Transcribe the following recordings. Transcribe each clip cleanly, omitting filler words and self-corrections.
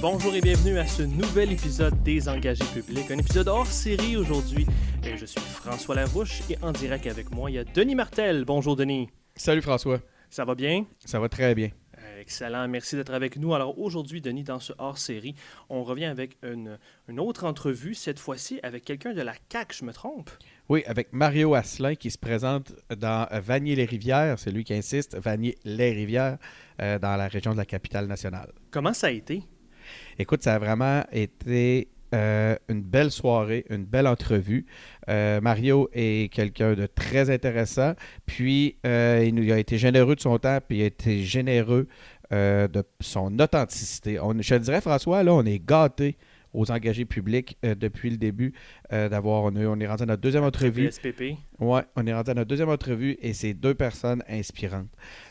Bonjour et bienvenue à ce nouvel épisode des Engagés publics, un épisode hors série aujourd'hui. Je suis François Larouche et en direct avec moi, il y a Denis Martel. Bonjour Denis. Salut François. Ça va bien? Ça va très bien. Excellent, merci d'être avec nous. Alors aujourd'hui, Denis, dans ce hors-série, on revient avec une autre entrevue, cette fois-ci avec quelqu'un de la CAQ, je me trompe? Oui, avec Mario Asselin qui se présente dans Vanier-les-Rivières, c'est lui qui insiste, Vanier-les-Rivières, dans la région de la Capitale-Nationale. Comment ça a été? Écoute, ça a vraiment été une belle soirée, une belle entrevue. Mario est quelqu'un de très intéressant, puis il a été généreux de son temps, puis il a été généreux de son authenticité. Je te dirais, François, là, on est gâtés aux engagés publics depuis le début d'avoir... On est rendu à notre deuxième entrevue. SPP. Oui, on est rendu à notre deuxième entrevue et c'est deux personnes inspirantes.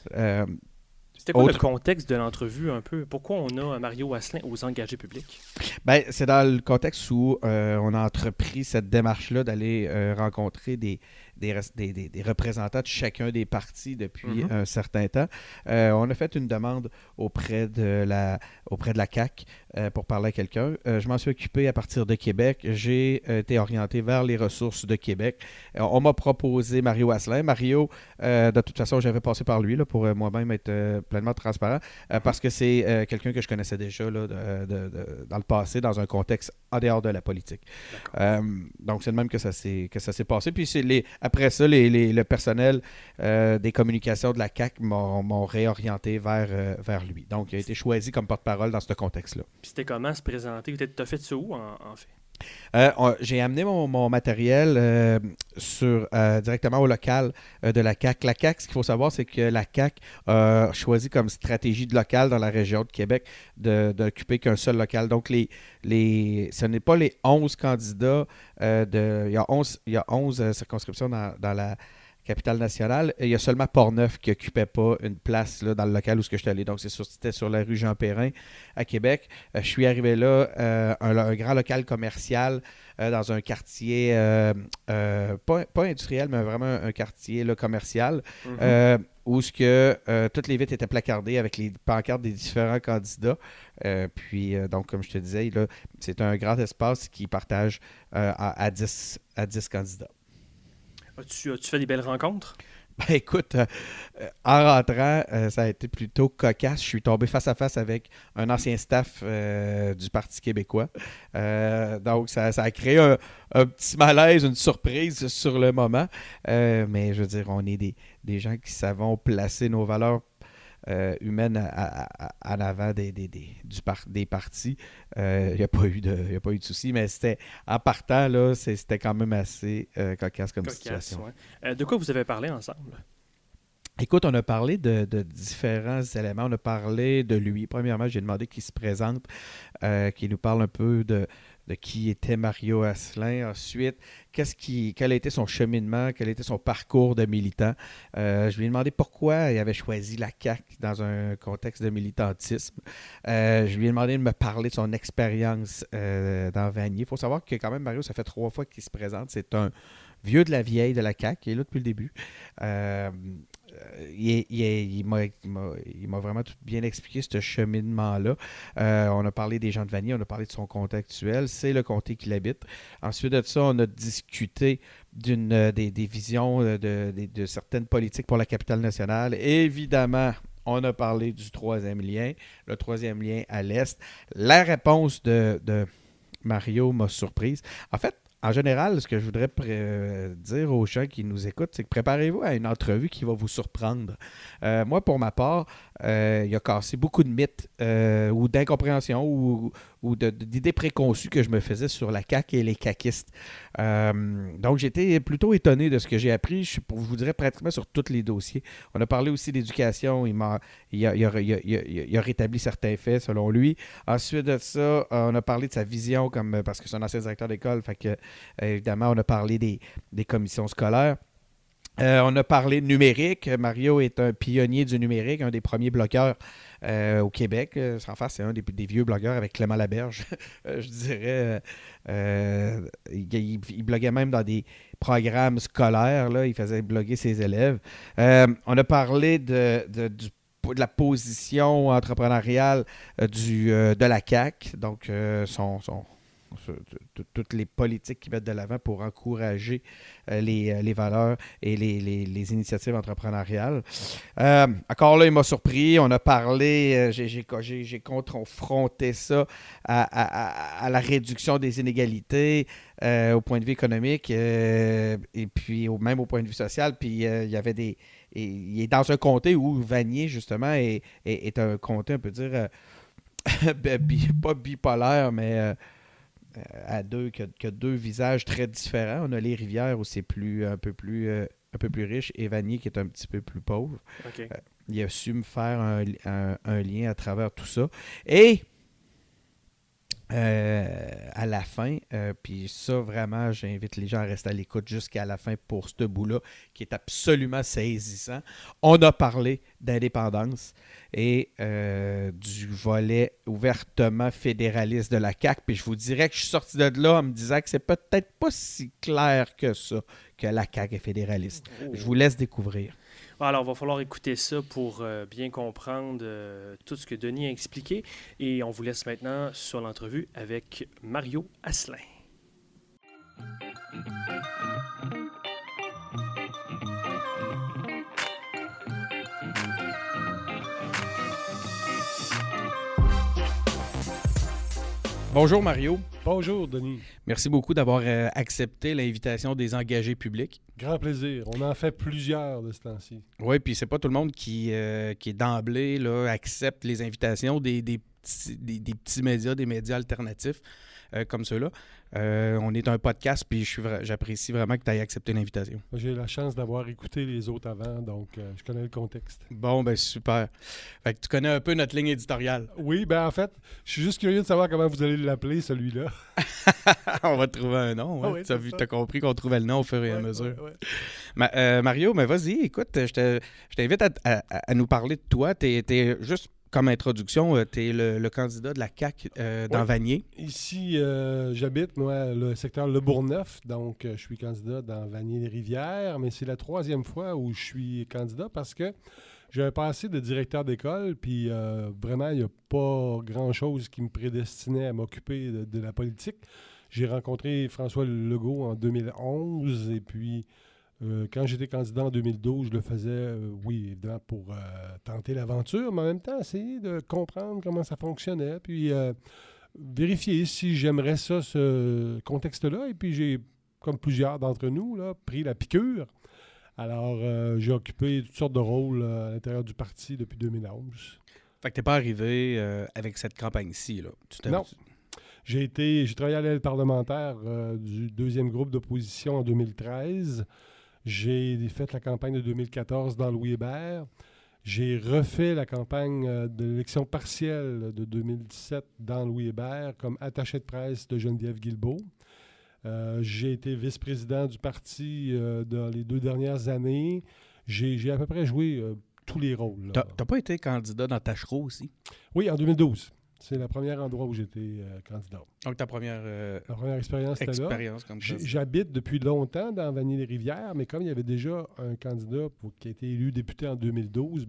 C'était quoi le contexte de l'entrevue un peu? Pourquoi on a Mario Asselin aux engagés publics? Ben, c'est dans le contexte où on a entrepris cette démarche-là d'aller rencontrer des représentants de chacun des partis depuis un certain temps. On a fait une demande auprès de la CAQ pour parler à quelqu'un. Je m'en suis occupé à partir de Québec. J'ai été orienté vers les ressources de Québec. On m'a proposé Mario Asselin. Mario, de toute façon, j'avais passé par lui là, pour moi-même être pleinement transparent parce que c'est quelqu'un que je connaissais déjà là, dans le passé, dans un contexte en dehors de la politique. Donc, c'est de même que ça s'est passé. Puis, après ça, le personnel des communications de la CAQ m'ont réorienté vers lui. Donc, il a été choisi comme porte-parole dans ce contexte-là. Puis, c'était comment se présenter? Tu as fait ça où, en fait? J'ai amené mon matériel directement au local de la CAQ. La CAQ, ce qu'il faut savoir, c'est que la CAQ a choisi comme stratégie de local dans la région de Québec d'occuper qu'un seul local. Donc, ce n'est pas les 11 candidats. Il y a 11 circonscriptions dans la Capitale-Nationale. Il y a seulement Portneuf qui n'occupait pas une place là, dans le local où je suis allé. Donc, c'était sur la rue Jean-Perrin à Québec. Je suis arrivé là, un grand local commercial dans un quartier, pas industriel, mais vraiment un quartier là, commercial, où toutes les vitres étaient placardées avec les pancartes des différents candidats. Donc, comme je te disais, là, c'est un grand espace qui partage à 10 candidats. As-tu fait des belles rencontres? Ben écoute, en rentrant, ça a été plutôt cocasse. Je suis tombé face à face avec un ancien staff du Parti québécois. Donc, ça a créé un petit malaise, une surprise sur le moment. Mais je veux dire, on est des gens qui savons placer nos valeurs humaines en avant des partis. Il n'y a pas eu de souci, mais en partant, là, c'était quand même assez cocasse comme situation. Ouais. De quoi vous avez parlé ensemble? Écoute, on a parlé de différents éléments. On a parlé de lui. Premièrement, j'ai demandé qu'il se présente, qu'il nous parle un peu de qui était Mario Asselin. Ensuite, quel a été son cheminement, quel a été son parcours de militant. Je lui ai demandé pourquoi il avait choisi la CAQ dans un contexte de militantisme. Je lui ai demandé de me parler de son expérience dans Vanier. Il faut savoir que quand même, Mario, ça fait 3 fois qu'il se présente. C'est un vieux de la vieille de la CAQ, qui est là depuis le début. Il m'a vraiment tout bien expliqué ce cheminement-là. On a parlé des gens de Vanier, on a parlé de son comté actuel, c'est le comté qu'il habite. Ensuite de ça, on a discuté des visions de certaines politiques pour la Capitale-Nationale. Évidemment, on a parlé du troisième lien, le troisième lien à l'Est. La réponse de Mario m'a surprise. En fait, en général, ce que je voudrais dire aux gens qui nous écoutent, c'est que préparez-vous à une entrevue qui va vous surprendre. Moi, pour ma part, il a cassé beaucoup de mythes ou d'incompréhensions ou d'idées préconçues que je me faisais sur la CAQ et les caquistes. Donc, j'étais plutôt étonné de ce que j'ai appris. Je vous dirais pratiquement sur tous les dossiers. On a parlé aussi d'éducation. Il a rétabli certains faits, selon lui. Ensuite de ça, on a parlé de sa vision, parce que c'est un ancien directeur d'école. Fait que, évidemment, on a parlé des commissions scolaires. On a parlé de numérique. Mario est un pionnier du numérique, un des premiers blogueurs au Québec. Sans faire, c'est un des vieux blogueurs avec Clément Laberge, je dirais. Il bloguait même dans des programmes scolaires. Là. Il faisait bloguer ses élèves. On a parlé du de la position entrepreneuriale de la CAQ. Donc, toutes les politiques qui mettent de l'avant pour encourager les valeurs et les initiatives entrepreneuriales. Encore là, il m'a surpris. On a parlé, j'ai confronté ça à la réduction des inégalités au point de vue économique et puis même au point de vue social. Puis il y avait il est dans un comté où Vanier, justement, est un comté, on peut dire, pas bipolaire, mais qui a deux visages très différents. On a les rivières où c'est un peu plus riche et Vanier qui est un petit peu plus pauvre. OK. Il a su me faire un lien à travers tout ça. Et à la fin, puis ça vraiment, j'invite les gens à rester à l'écoute jusqu'à la fin pour ce bout-là, qui est absolument saisissant. On a parlé d'indépendance et du volet ouvertement fédéraliste de la CAQ. Puis je vous dirais que je suis sorti de là en me disant que c'est peut-être pas si clair que ça, que la CAQ est fédéraliste. Oh. Je vous laisse découvrir. Alors, il va falloir écouter ça pour bien comprendre tout ce que Denis a expliqué. Et on vous laisse maintenant sur l'entrevue avec Mario Asselin. Bonjour Mario. Bonjour Denis. Merci beaucoup d'avoir accepté l'invitation des engagés publics. Grand plaisir. On en fait plusieurs de ce temps-ci. Oui, puis c'est pas tout le monde qui est d'emblée là, accepte les invitations des petits médias, des médias alternatifs comme ceux-là. On est un podcast, puis j'apprécie vraiment que tu aies accepté l'invitation. J'ai eu la chance d'avoir écouté les autres avant, donc je connais le contexte. Bon, ben super. Fait que tu connais un peu notre ligne éditoriale. Oui, ben en fait, je suis juste curieux de savoir comment vous allez l'appeler, celui-là. On va trouver un nom. Hein? Oui, Tu as compris qu'on trouvait le nom au fur et à mesure. Ouais. Mario, mais vas-y, écoute, je t'invite à nous parler de toi. T'es juste comme introduction, tu es le candidat de la CAQ dans Vanier. Ici, j'habite, moi, le secteur Le Bourgneuf, donc je suis candidat dans Vanier-les-Rivières, mais c'est la 3e fois où je suis candidat parce que j'ai un passé de directeur d'école, puis vraiment, il n'y a pas grand-chose qui me prédestinait à m'occuper de la politique. J'ai rencontré François Legault en 2011, et puis quand j'étais candidat en 2012, je le faisais, oui, évidemment, pour tenter l'aventure, mais en même temps, essayer de comprendre comment ça fonctionnait, puis vérifier si j'aimerais ça, ce contexte-là. Et puis j'ai, comme plusieurs d'entre nous, là, pris la piqûre. Alors, j'ai occupé toutes sortes de rôles à l'intérieur du parti depuis 2011. Fait que t'es pas arrivé avec cette campagne-ci, là. Non. J'ai travaillé à l'aile parlementaire du 2e groupe d'opposition en 2013. J'ai fait la campagne de 2014 dans Louis Hébert. J'ai refait la campagne de l'élection partielle de 2017 dans Louis Hébert comme attaché de presse de Geneviève Guilbeault. J'ai été vice-président du parti dans les 2 dernières années. J'ai à peu près joué tous les rôles. T'as pas été candidat dans Tachereau aussi? Oui, en 2012. C'est le premier endroit où j'étais candidat. Donc ta première expérience était là. Comme ça. J'habite depuis longtemps dans Vanier-les-Rivières, mais comme il y avait déjà un candidat qui a été élu député en 2012,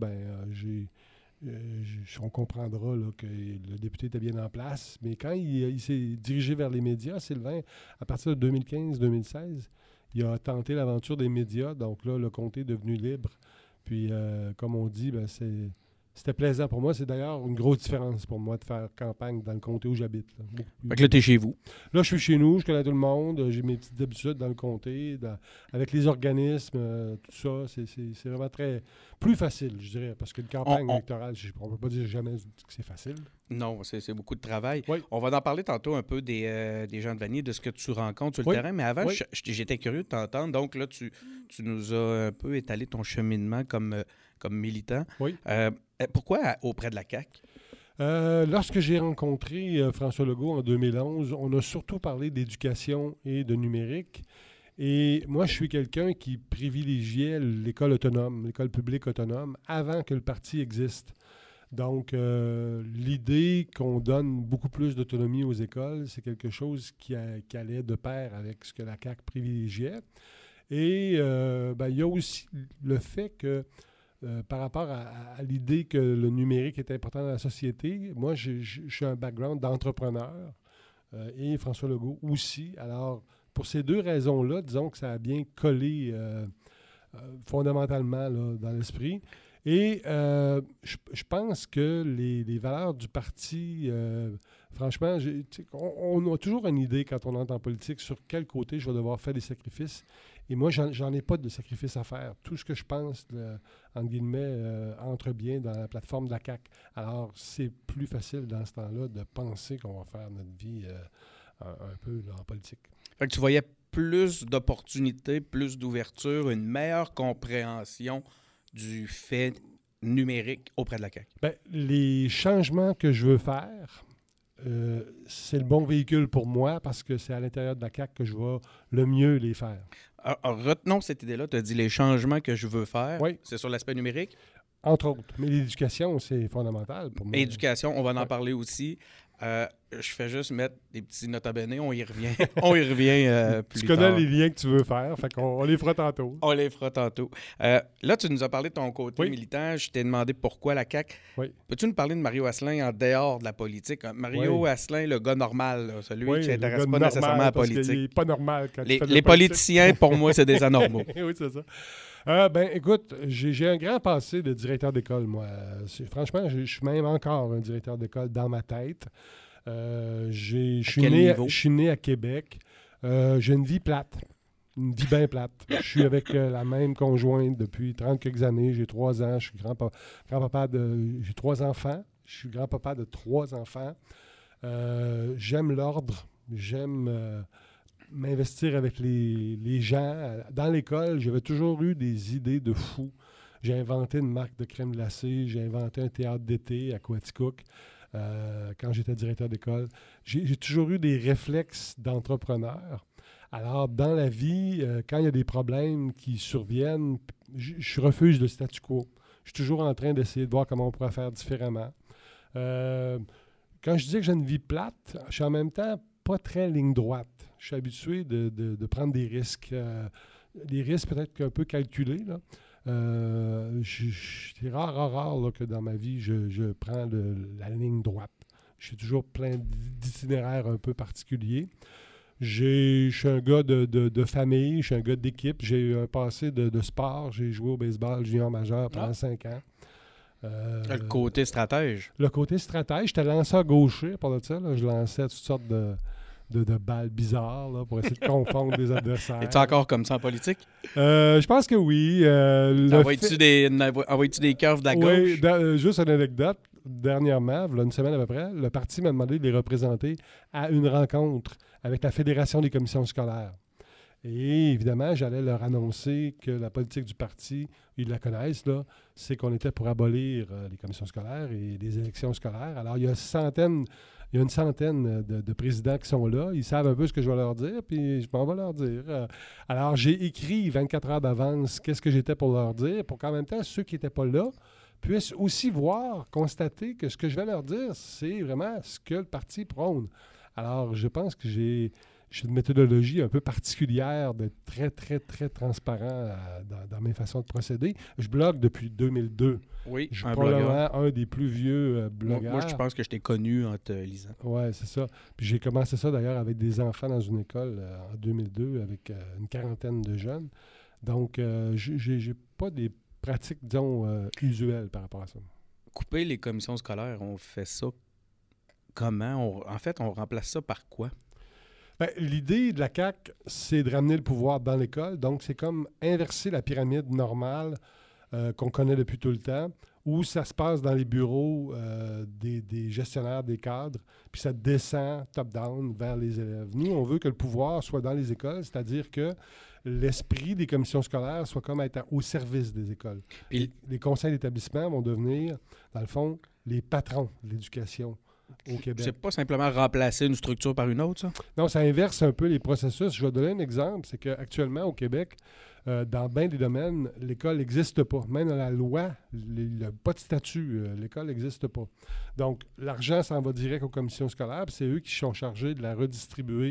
on comprendra là, que le député était bien en place. Mais quand il s'est dirigé vers les médias, Sylvain, à partir de 2015-2016, il a tenté l'aventure des médias. Donc là, le comté est devenu libre. Puis, comme on dit, c'était plaisant pour moi. C'est d'ailleurs une grosse différence pour moi de faire campagne dans le comté où j'habite. Fait que là, t'es chez vous. Là, je suis chez nous, je connais tout le monde, j'ai mes petites habitudes dans le comté, avec les organismes, tout ça. C'est vraiment plus facile, je dirais, parce qu'une campagne électorale, on ne peut pas dire jamais que c'est facile. Non, c'est beaucoup de travail. Oui. On va en parler tantôt un peu des gens de Vanier, de ce que tu rencontres sur le terrain, mais avant, j'étais curieux de t'entendre. Donc là, tu nous as un peu étalé ton cheminement comme militant. Oui. Pourquoi auprès de la CAQ? Lorsque j'ai rencontré François Legault en 2011, on a surtout parlé d'éducation et de numérique. Et moi, je suis quelqu'un qui privilégiait l'école autonome, l'école publique autonome, avant que le parti existe. Donc, l'idée qu'on donne beaucoup plus d'autonomie aux écoles, c'est quelque chose qui allait de pair avec ce que la CAQ privilégiait. Et il y a aussi le fait que par rapport à l'idée que le numérique est important dans la société, moi, je suis un background d'entrepreneur et François Legault aussi. Alors, pour ces deux raisons-là, disons que ça a bien collé fondamentalement là, dans l'esprit. Et je pense que les valeurs du parti, franchement, on a toujours une idée quand on entre en politique sur quel côté je vais devoir faire des sacrifices. Et moi, j'en ai pas de sacrifices à faire. Tout ce que je pense, entre guillemets, entre bien dans la plateforme de la CAQ. Alors, c'est plus facile dans ce temps-là de penser qu'on va faire notre vie un peu là, en politique. Fait que tu voyais plus d'opportunités, plus d'ouverture, une meilleure compréhension du fait numérique auprès de la CAQ. Bien, les changements que je veux faire, c'est le bon véhicule pour moi parce que c'est à l'intérieur de la CAQ que je vais le mieux les faire. Alors, retenons cette idée-là. Tu as dit les changements que je veux faire. Oui. C'est sur l'aspect numérique. Entre autres. Mais l'éducation, c'est fondamental pour moi. Éducation, on va en parler aussi. Je fais juste mettre des petits nota bene, on y revient. On y revient plus Tu tard. connais les liens que tu veux faire, fait qu'on les fera tantôt. On les fera tantôt. Là, tu nous as parlé de ton côté militant. Je t'ai demandé pourquoi la CAQ. Oui. Peux-tu nous parler de Mario Asselin en dehors de la politique? Mario Asselin, le gars normal, là, celui qui ne s'intéresse pas nécessairement à la politique. Il n'est pas normal quand il fait de les la politique. politiciens, pour moi, c'est des anormaux. Oui, c'est ça. Écoute, j'ai un grand passé de directeur d'école, moi. Franchement, je suis même encore un directeur d'école dans ma tête. Je suis né à Québec. J'ai une vie plate. Une vie bien plate. Je suis avec la même conjointe depuis 30 quelques années. J'ai 3 ans. Je suis grand-papa j'ai 3 enfants. Je suis grand-papa de 3 enfants. J'aime l'ordre. J'aime m'investir avec les gens. Dans l'école, j'avais toujours eu des idées de fou. J'ai inventé une marque de crème glacée. J'ai inventé un théâtre d'été à Coaticook. Quand j'étais directeur d'école. J'ai toujours eu des réflexes d'entrepreneur. Alors, dans la vie, quand il y a des problèmes qui surviennent, je refuse le statu quo. Je suis toujours en train d'essayer de voir comment on pourrait faire différemment. Quand je disais que j'ai une vie plate, je suis en même temps pas très ligne droite. Je suis habitué de prendre des risques. Des risques peut-être un peu calculés, là. C'est rare là, que dans ma vie, je prends la ligne droite. Je suis toujours plein d'itinéraires un peu particuliers. Je suis un gars de famille, je suis un gars d'équipe. J'ai eu un passé de sport. J'ai joué au baseball junior majeur pendant 5 ans. Le côté stratège. Le côté stratège. J'étais lanceur gaucher pour ça. Là. Je lançais toutes sortes de balles bizarres là, pour essayer de confondre des adversaires. Es-tu encore comme ça en politique? Je pense que oui. Envoies-tu des curves de la gauche? Oui, juste une anecdote. Dernièrement, il y a une semaine à peu près, le parti m'a demandé de les représenter à une rencontre avec la Fédération des commissions scolaires. Et évidemment, j'allais leur annoncer que la politique du parti, ils la connaissent, là, c'est qu'on était pour abolir les commissions scolaires et les élections scolaires. Alors, il y a une centaine de présidents qui sont là. Ils savent un peu ce que je vais leur dire, puis je m'en vais leur dire. Alors, j'ai écrit 24 heures d'avance qu'est-ce que j'étais pour leur dire, pour qu'en même temps, ceux qui n'étaient pas là puissent aussi constater que ce que je vais leur dire, c'est vraiment ce que le parti prône. Alors, je pense que j'ai une méthodologie un peu particulière d'être très, très, très transparent dans mes façons de procéder. Je blogue depuis 2002. Oui, je suis probablement un des plus vieux blogueurs. Moi, je pense que je t'ai connu en te lisant. Oui, c'est ça. Puis j'ai commencé ça d'ailleurs avec des enfants dans une école en 2002 avec une quarantaine de jeunes. Donc, j'ai pas des pratiques, disons, usuelles par rapport à ça. Couper les commissions scolaires, on fait ça comment? En fait, on remplace ça par quoi? Bien, l'idée de la CAQ, c'est de ramener le pouvoir dans l'école. Donc, c'est comme inverser la pyramide normale qu'on connaît depuis tout le temps, où ça se passe dans les bureaux des gestionnaires, des cadres, puis ça descend top-down vers les élèves. Nous, on veut que le pouvoir soit dans les écoles, c'est-à-dire que l'esprit des commissions scolaires soit comme être au service des écoles. Puis, les conseils d'établissement vont devenir, dans le fond, les patrons de l'éducation au Québec. C'est pas simplement remplacer une structure par une autre, ça? Non, ça inverse un peu les processus. Je vais donner un exemple. C'est qu'actuellement, au Québec, dans bien des domaines, l'école n'existe pas. Même dans la loi, il n'y a pas de statut. L'école n'existe pas. Donc, l'argent s'en va direct aux commissions scolaires. Puis c'est eux qui sont chargés de la redistribuer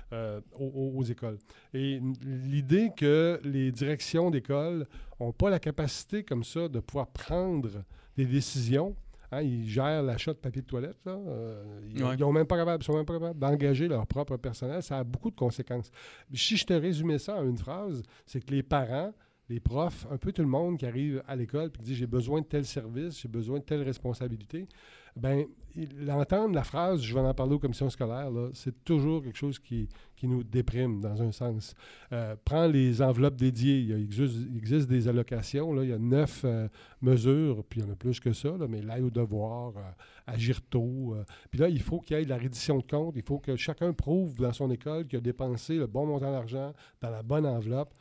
aux écoles. Et l'idée que les directions d'école n'ont pas la capacité comme ça de pouvoir prendre des décisions. Hein, ils gèrent l'achat de papier de toilette. Là. Ils sont même pas capables d'engager leur propre personnel. Ça a beaucoup de conséquences. Si je te résumais ça en une phrase, c'est que les parents, les profs, un peu tout le monde qui arrive à l'école et qui dit « j'ai besoin de tel service, j'ai besoin de telle responsabilité », bien, l'entendre la phrase « je vais en parler aux commissions scolaires », là, c'est toujours quelque chose qui nous déprime dans un sens. Prends les enveloppes dédiées. Il existe des allocations. Là, il y a 9 mesures, puis il y en a plus que ça, là, mais l'aide au devoir, agir tôt. Puis là, il faut qu'il y ait de la reddition de compte. Il faut que chacun prouve dans son école qu'il a dépensé le bon montant d'argent dans la bonne enveloppe.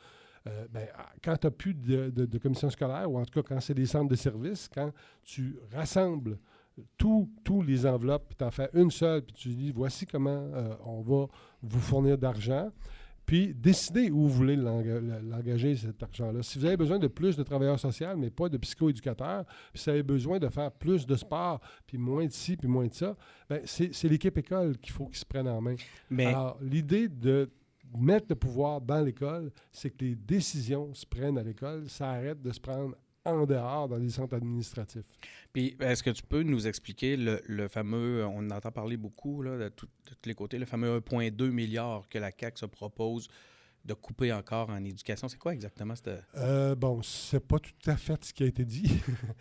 Quand tu n'as plus de commission scolaire, ou en tout cas quand c'est des centres de services, quand tu rassembles tous les enveloppes, puis tu en fais une seule, puis tu dis voici comment on va vous fournir d'argent, puis décidez où vous voulez l'engager, cet argent-là. Si vous avez besoin de plus de travailleurs sociaux, mais pas de psychoéducateurs, puis si vous avez besoin de faire plus de sport, puis moins de ci, puis moins de ça, bien, c'est l'équipe école qu'il faut qu'il se prenne en main. Alors, l'idée de mettre le pouvoir dans l'école, c'est que les décisions se prennent à l'école, ça arrête de se prendre en dehors dans les centres administratifs. Puis, est-ce que tu peux nous expliquer le fameux, on entend parler beaucoup là, de tous les côtés, le fameux 1,2 milliard que la CAQ se propose de couper encore en éducation. C'est quoi exactement cette... Bon, c'est pas tout à fait ce qui a été dit.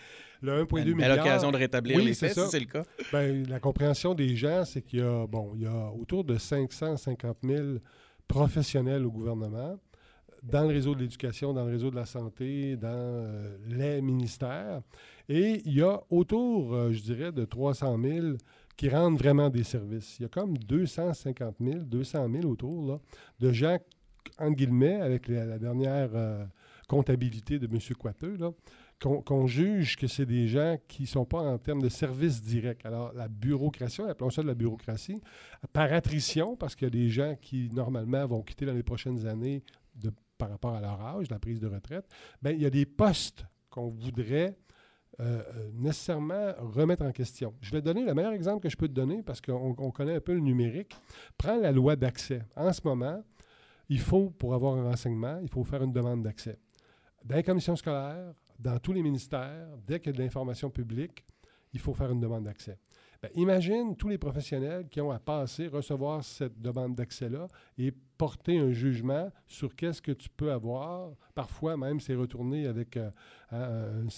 Le 1,2 milliard... À l'occasion de rétablir les faits, si c'est le cas. Bien, la compréhension des gens, c'est qu'il y a, il y a autour de 550 000 professionnels au gouvernement, dans le réseau de l'éducation, dans le réseau de la santé, dans les ministères. Et il y a autour, je dirais, de 300 000 qui rendent vraiment des services. Il y a comme 250 000, 200 000 autour là, de gens, entre guillemets, avec la dernière comptabilité de M. Coiteux, là, qu'on juge que c'est des gens qui ne sont pas en termes de services directs. Alors, la bureaucratie, appelons ça de la bureaucratie, par attrition, parce qu'il y a des gens qui, normalement, vont quitter dans les prochaines années par rapport à leur âge, la prise de retraite, bien, il y a des postes qu'on voudrait nécessairement remettre en question. Je vais te donner le meilleur exemple que je peux te donner, parce qu'on connaît un peu le numérique. Prends la loi d'accès. En ce moment, il faut, pour avoir un renseignement, il faut faire une demande d'accès. Dans les commissions scolaires, dans tous les ministères, dès qu'il y a de l'information publique, il faut faire une demande d'accès. Bien, imagine tous les professionnels qui ont à recevoir cette demande d'accès-là et porter un jugement sur qu'est-ce que tu peux avoir. Parfois, même, c'est retourné avec une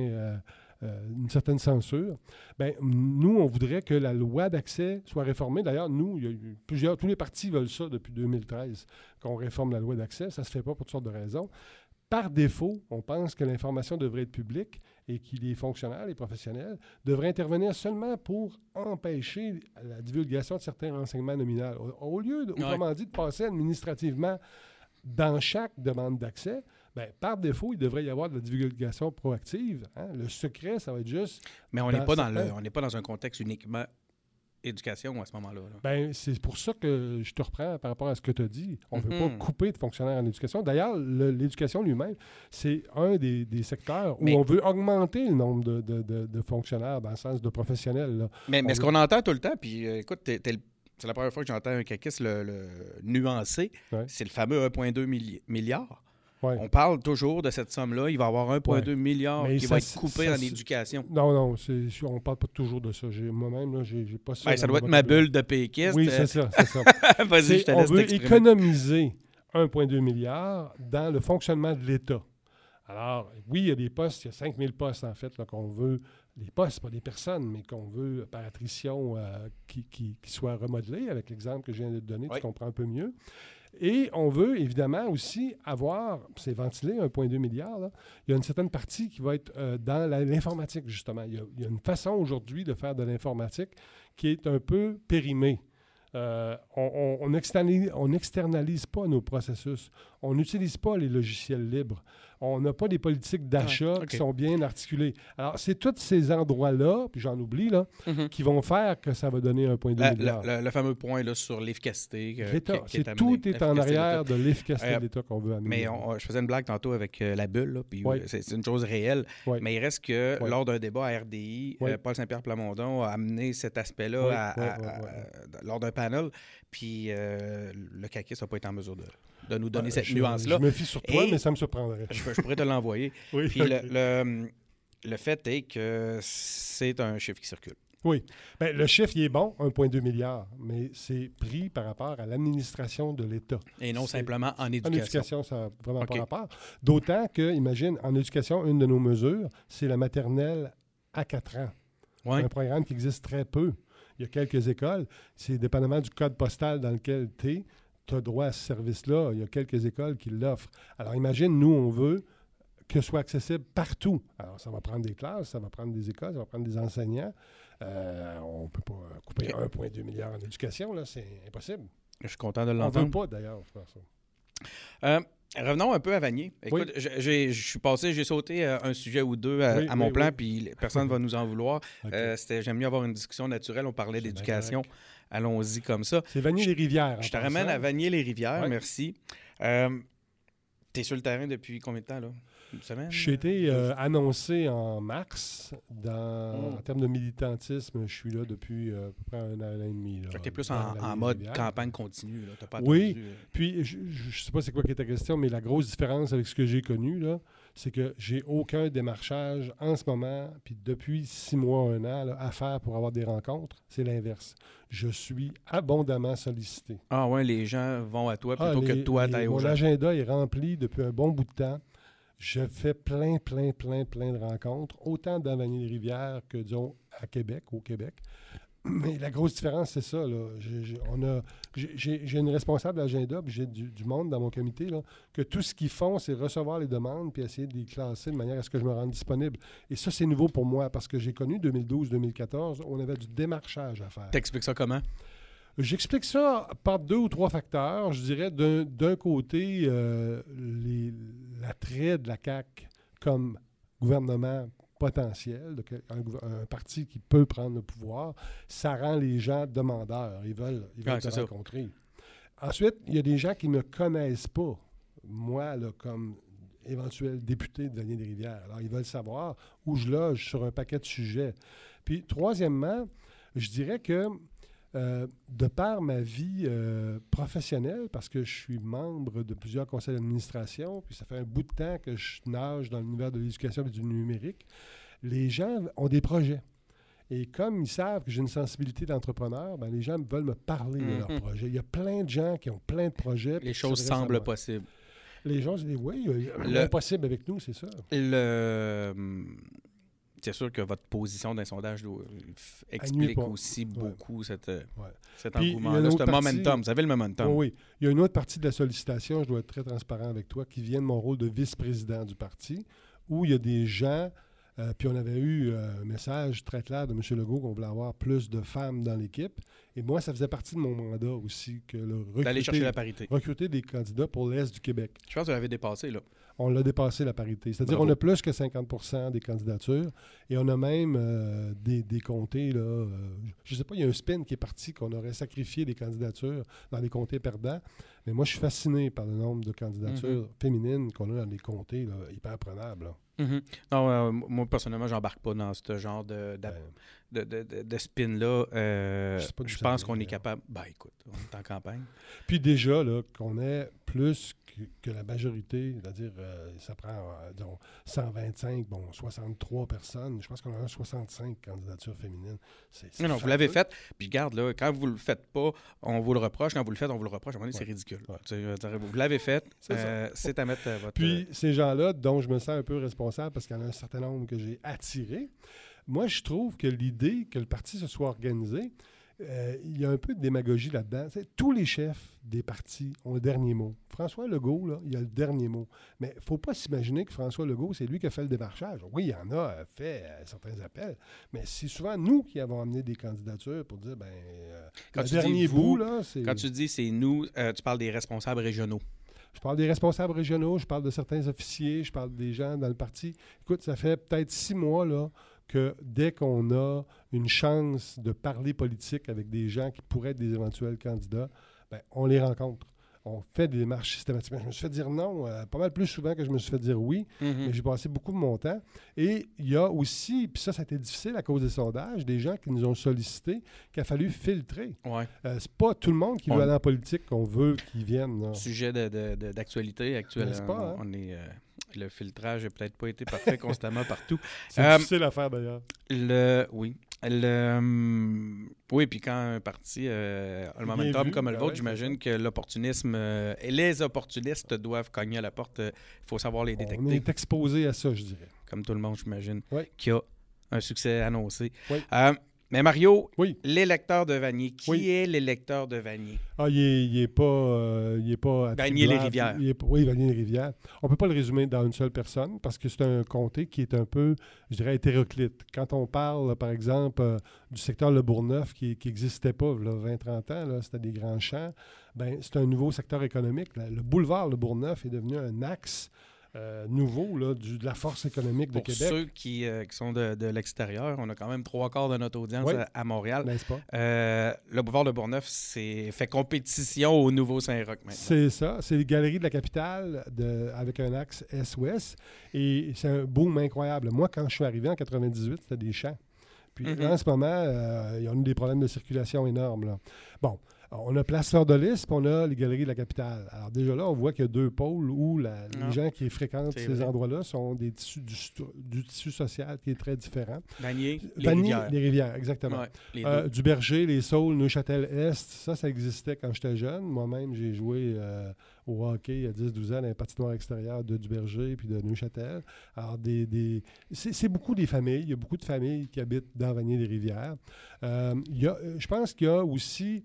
certaine censure. Bien, nous, on voudrait que la loi d'accès soit réformée. D'ailleurs, nous, il y a eu tous les partis veulent ça depuis 2013, qu'on réforme la loi d'accès. Ça ne se fait pas pour toutes sortes de raisons. Par défaut, on pense que l'information devrait être publique et que les fonctionnaires, les professionnels, devraient intervenir seulement pour empêcher la divulgation de certains renseignements nominaux. Au lieu, autrement dit, de passer administrativement dans chaque demande d'accès, bien, par défaut, il devrait y avoir de la divulgation proactive. Hein? Le secret, ça va être juste... Mais on n'est pas dans un contexte uniquement éducation à ce moment-là. Bien, c'est pour ça que je te reprends par rapport à ce que tu as dit. On ne veut pas couper de fonctionnaires en éducation. D'ailleurs, l'éducation lui-même, c'est un des secteurs où on veut augmenter le nombre de fonctionnaires dans le sens de professionnels. Là. Mais ce qu'on entend tout le temps, puis écoute, c'est la première fois que j'entends un caquiste le nuancer, c'est le fameux 1,2 milliard. Ouais. On parle toujours de cette somme-là. Il va y avoir 1,2 milliard qui va être coupé en éducation. Non, on ne parle pas toujours de ça. Moi-même, là, j'ai pas ça. Ben, ça doit être ma bulle de péquiste. Oui, c'est ça. Vas-y, je te laisse t'exprimer. On veut économiser 1,2 milliard dans le fonctionnement de l'État. Alors, oui, il y a des postes. Il y a 5 000 postes, en fait, là, qu'on veut. Les postes, pas des personnes, mais qu'on veut, par attrition, qui soient remodelés. Avec l'exemple que je viens de te donner, tu comprends un peu mieux. Et on veut évidemment aussi avoir, c'est ventilé, 1,2 milliard, là, il y a une certaine partie qui va être dans l'informatique, justement. Il y a une façon aujourd'hui de faire de l'informatique qui est un peu périmée. On n'externalise pas nos processus. On n'utilise pas les logiciels libres. on n'a pas des politiques d'achat qui sont bien articulées. Alors, c'est tous ces endroits-là, puis j'en oublie, là, qui vont faire que ça va donner 1,2 milliard. Le fameux point là, sur l'efficacité. Tout est en arrière de l'efficacité de l'État qu'on veut amener. Mais je faisais une blague tantôt avec la bulle, là, puis c'est une chose réelle. Mais il reste que lors d'un débat à RDI, Paul Saint-Pierre Plamondon a amené cet aspect-là lors d'un panel, puis le CAQIS n'a pas été en mesure de nous donner cette nuance-là. Je me fie sur toi, mais ça me surprendrait. Je pourrais te l'envoyer. Puis le fait est que c'est un chiffre qui circule. Oui. Bien, le chiffre, il est bon, 1,2 milliard, mais c'est pris par rapport à l'administration de l'État. Et non simplement en éducation. En éducation, ça n'a vraiment pas rapport. D'autant que, imagine, en éducation, une de nos mesures, c'est la maternelle à 4 ans. Oui. C'est un programme qui existe très peu. Il y a quelques écoles. C'est dépendamment du code postal dans lequel tu as droit à ce service-là. Il y a quelques écoles qui l'offrent. Alors, imagine, nous, on veut que ce soit accessible partout. Alors, ça va prendre des classes, ça va prendre des écoles, ça va prendre des enseignants. On ne peut pas couper 1,2 milliard en éducation, là, c'est impossible. Je suis content de l'entendre. On ne veut pas, d'ailleurs, faire ça. Revenons un peu à Vanier. Écoute, je suis passé, j'ai sauté un sujet ou deux à mon plan, puis personne ne va nous en vouloir. J'aime mieux avoir une discussion naturelle. On parlait d'éducation. Allons-y comme ça. C'est Vanier-les-Rivières. Je te ramène à Vanier-les-Rivières, merci. Tu es sur le terrain depuis combien de temps, là? Une semaine? J'ai été annoncé en mars. En termes de militantisme, je suis là depuis à peu près 1 an et demi. Tu es plus en mode campagne continue. Là. T'as pas puis je ne sais pas c'est quoi qui est ta question, mais la grosse différence avec ce que j'ai connu, là, c'est que j'ai aucun démarchage en ce moment, puis depuis 6 mois, 1 an, là, à faire pour avoir des rencontres. C'est l'inverse. Je suis abondamment sollicité. Ah ouais, les gens vont à toi plutôt que toi t'ailles aux gens. Mon agenda est rempli depuis un bon bout de temps. Je fais plein de rencontres, autant dans Vanier-les-Rivières que, disons, au Québec. Mais la grosse différence, c'est ça. Là. J'ai une responsable d'agenda, puis j'ai du monde dans mon comité, là, que tout ce qu'ils font, c'est recevoir les demandes puis essayer de les classer de manière à ce que je me rende disponible. Et ça, c'est nouveau pour moi, parce que j'ai connu 2012-2014, on avait du démarchage à faire. T'expliques ça comment? J'explique ça par 2 ou 3 facteurs. Je dirais d'un côté, l'attrait de la CAQ comme gouvernement potentiel, un parti qui peut prendre le pouvoir, ça rend les gens demandeurs. Ils veulent te rencontrer. Ensuite, il y a des gens qui ne me connaissent pas, moi, là, comme éventuel député de Vanier-les-Rivières. Alors, ils veulent savoir où je loge sur un paquet de sujets. Puis, troisièmement, je dirais que de par ma vie professionnelle, parce que je suis membre de plusieurs conseils d'administration, puis ça fait un bout de temps que je nage dans l'univers de l'éducation et du numérique, les gens ont des projets. Et comme ils savent que j'ai une sensibilité d'entrepreneur, ben les gens veulent me parler de leurs projets. Il y a plein de gens qui ont plein de projets. Les choses semblent possibles. Les gens se disent, oui, l'impossible avec nous, c'est ça. C'est sûr que votre position d'un sondage explique aussi beaucoup cet engouement-là, ce momentum. Vous avez le momentum. Oui. Il y a une autre partie de la sollicitation, je dois être très transparent avec toi, qui vient de mon rôle de vice-président du parti, où il y a des gens, puis on avait eu un message très clair de M. Legault qu'on voulait avoir plus de femmes dans l'équipe. Et moi, ça faisait partie de mon mandat aussi, d'aller chercher la parité. Recruter des candidats pour l'Est du Québec. Je pense que vous l'avez dépassé, là. On l'a dépassé, la parité. C'est-à-dire qu'on a plus que 50% des candidatures et on a même des comtés, là, je ne sais pas, il y a un spin qui est parti qu'on aurait sacrifié des candidatures dans les comtés perdants, mais moi, je suis fasciné par le nombre de candidatures féminines qu'on a dans les comtés, là, hyper prenables. Non, moi, personnellement, j'embarque pas dans ce genre de spin-là. Je pense qu'on est capable... Ben, écoute, on est en campagne. Puis déjà, là, qu'on ait plus que la majorité, c'est-à-dire, ça prend 125, 63 personnes. Je pense qu'on a 65 candidatures féminines. Non, vous l'avez fait. Puis regarde, là, quand vous le faites pas, on vous le reproche. Quand vous le faites, on vous le reproche. À un moment donné, c'est ridicule. Vous l'avez fait. C'est à mettre votre... Puis ces gens-là, dont je me sens un peu responsable parce qu'il y en a un certain nombre que j'ai attirés, moi, je trouve que l'idée que le parti se soit organisé, il y a un peu de démagogie là-dedans. Tous les chefs des partis ont le dernier mot. François Legault, là, il a le dernier mot. Mais il ne faut pas s'imaginer que François Legault, c'est lui qui a fait le démarchage. Oui, il en a fait certains appels, mais c'est souvent nous qui avons amené des candidatures pour dire, le dernier bout, là, c'est... Quand tu dis c'est nous, tu parles des responsables régionaux. Je parle des responsables régionaux, je parle de certains officiers, je parle des gens dans le parti. Écoute, ça fait peut-être 6 mois là, que dès qu'on a une chance de parler politique avec des gens qui pourraient être des éventuels candidats, bien, on les rencontre. On fait des démarches systématiquement. Je me suis fait dire non pas mal plus souvent que je me suis fait dire oui, mais j'ai passé beaucoup de mon temps. Et il y a aussi, puis ça a été difficile à cause des sondages, des gens qui nous ont sollicités, qu'il a fallu filtrer. Ouais. C'est pas tout le monde qui veut aller en politique qu'on veut qu'ils viennent. Là. Sujet d'actualité actuelle. N'est-ce pas, hein? On est, le filtrage n'a peut-être pas été parfait constamment partout. C'est difficile à faire d'ailleurs. Oui. Oui, puis quand un parti a le momentum comme le vôtre, j'imagine que l'opportunisme et les opportunistes doivent cogner à la porte. Il faut savoir les détecter. On est exposé à ça, je dirais. Comme tout le monde, j'imagine, oui. qui a un succès annoncé. Oui. Mais Mario, oui. l'électeur de Vanier, qui oui. est l'électeur de Vanier? Ah, il n'est pas Vanier-les-Rivières. Oui, Vanier-les-Rivières. On ne peut pas le résumer dans une seule personne parce que c'est un comté qui est un peu, je dirais, hétéroclite. Quand on parle, par exemple, du secteur Le Bourgneuf qui n'existait pas il y a 20-30 ans, là, c'était des grands champs, ben, c'est un nouveau secteur économique. Là. Le boulevard Le Bourgneuf est devenu un axe nouveau là, de la force économique de Québec. Pour ceux qui sont de l'extérieur, on a quand même 3/4 de notre audience à Montréal. N'est-ce pas? Le boulevard de Bourgneuf fait compétition au nouveau Saint-Roch maintenant. C'est ça. C'est les galeries de la capitale avec un axe Est-Ouest. Et c'est un boom incroyable. Moi, quand je suis arrivé en 98, c'était des champs. Puis en ce moment, il y a eu des problèmes de circulation énormes. Là. Bon. On a Place Fleur-de-Lys, puis on a les galeries de la capitale. Alors déjà là, on voit qu'il y a 2 pôles où les gens qui fréquentent ces endroits-là sont des tissus du tissu social qui est très différent. Vanier, les rivières, exactement. Ouais, du Berger, les Saules, Neuchâtel-Est, ça existait quand j'étais jeune. Moi-même, j'ai joué au hockey il y a 10-12 ans dans les patinoires extérieures de Duberger puis de Neuchâtel. Alors, c'est beaucoup des familles. Il y a beaucoup de familles qui habitent dans Vanier-les-Rivières. Je pense qu'il y a aussi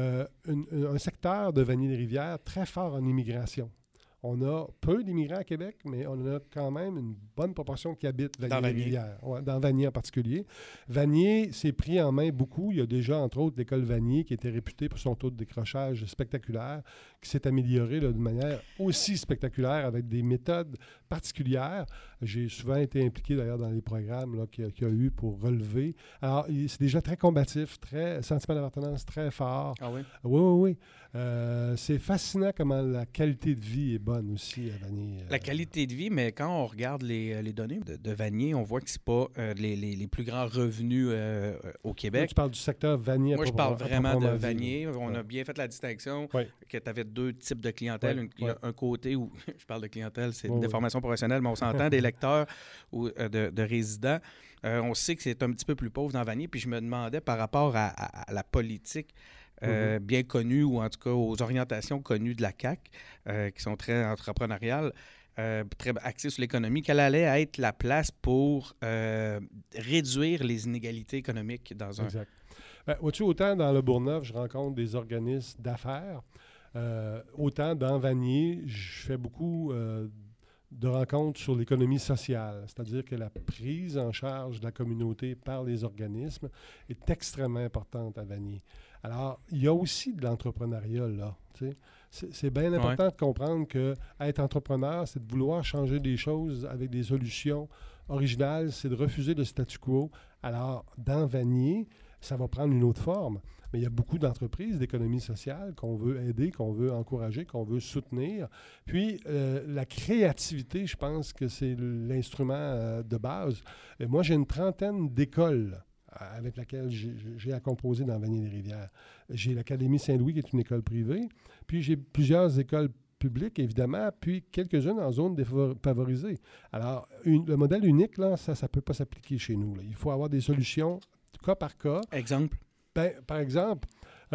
un secteur de Vanier-les-Rivières très fort en immigration. On a peu d'immigrants à Québec, mais on a quand même une bonne proportion qui habitent Vanier-les-Rivières. Ouais, dans Vanier en particulier. Vanier s'est pris en main beaucoup. Il y a déjà, entre autres, l'école Vanier qui était réputée pour son taux de décrochage spectaculaire, qui s'est amélioré de manière aussi spectaculaire avec des méthodes particulières. J'ai souvent été impliqué d'ailleurs dans les programmes qu'il y a eu pour relever. Alors, c'est déjà très combatif, très sentiment d'appartenance très fort. Ah oui? Oui. C'est fascinant comment la qualité de vie est bonne aussi à Vanier. La qualité de vie, mais quand on regarde les données de Vanier, on voit que c'est pas les plus grands revenus au Québec. Toi, tu parles du secteur Vanier. Moi, je parle vraiment de Vanier. On a bien fait la distinction que tu avais 2 types de clientèle. Il y a un côté où, je parle de clientèle, c'est une déformation professionnelle, mais on s'entend des lecteurs ou de résidents. On sait que c'est un petit peu plus pauvre dans Vanier, puis je me demandais par rapport à la politique bien connue, ou en tout cas aux orientations connues de la CAQ, qui sont très entrepreneuriales, très axées sur l'économie, quelle allait être la place pour réduire les inégalités économiques dans un... Exact. Vois-tu, autant dans le Bourgneuf, je rencontre des organismes d'affaires, autant dans Vanier, je fais beaucoup de rencontres sur l'économie sociale, c'est-à-dire que la prise en charge de la communauté par les organismes est extrêmement importante à Vanier. Alors, il y a aussi de l'entrepreneuriat là. Tu sais. C'est bien important de comprendre que être entrepreneur, c'est de vouloir changer des choses avec des solutions originales, c'est de refuser le statu quo. Alors, dans Vanier, ça va prendre une autre forme. Mais il y a beaucoup d'entreprises d'économie sociale qu'on veut aider, qu'on veut encourager, qu'on veut soutenir. Puis, la créativité, je pense que c'est l'instrument de base. Et moi, j'ai une 30aine d'écoles avec laquelle j'ai à composer dans Vanier-les-Rivières. J'ai l'Académie Saint-Louis, qui est une école privée. Puis, j'ai plusieurs écoles publiques, évidemment, puis quelques-unes en zone défavorisée. Alors, le modèle unique, là, ça ne peut pas s'appliquer chez nous. Là. Il faut avoir des solutions cas par cas. Exemple? Par exemple,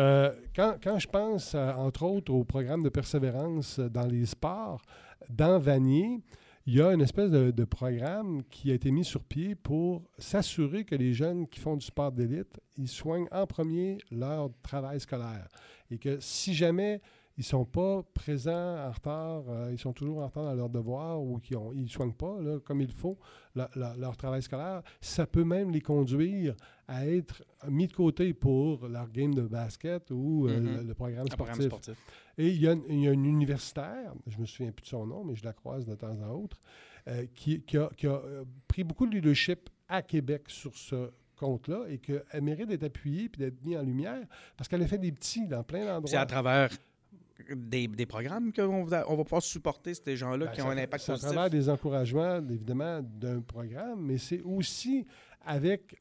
quand je pense, entre autres, au programme de persévérance dans les sports, dans Vanier, il y a une espèce de programme qui a été mis sur pied pour s'assurer que les jeunes qui font du sport d'élite, ils soignent en premier leur travail scolaire. Et que si jamais ils ne sont pas présents en retard, ils sont toujours en retard dans leurs devoirs ou ils ne soignent pas là, comme il faut leur travail scolaire, ça peut même les conduire à être mis de côté pour leur game de basket ou le programme sportif. Et il y a une universitaire, je ne me souviens plus de son nom, mais je la croise de temps en autre, qui a pris beaucoup de leadership à Québec sur ce compte-là et qu'elle mérite d'être appuyée et d'être mise en lumière parce qu'elle a fait des petits dans plein d'endroits. C'est à travers des programmes qu'on va pouvoir supporter ces gens-là qui ont un impact positif. C'est à travers des encouragements, évidemment, d'un programme, mais c'est aussi avec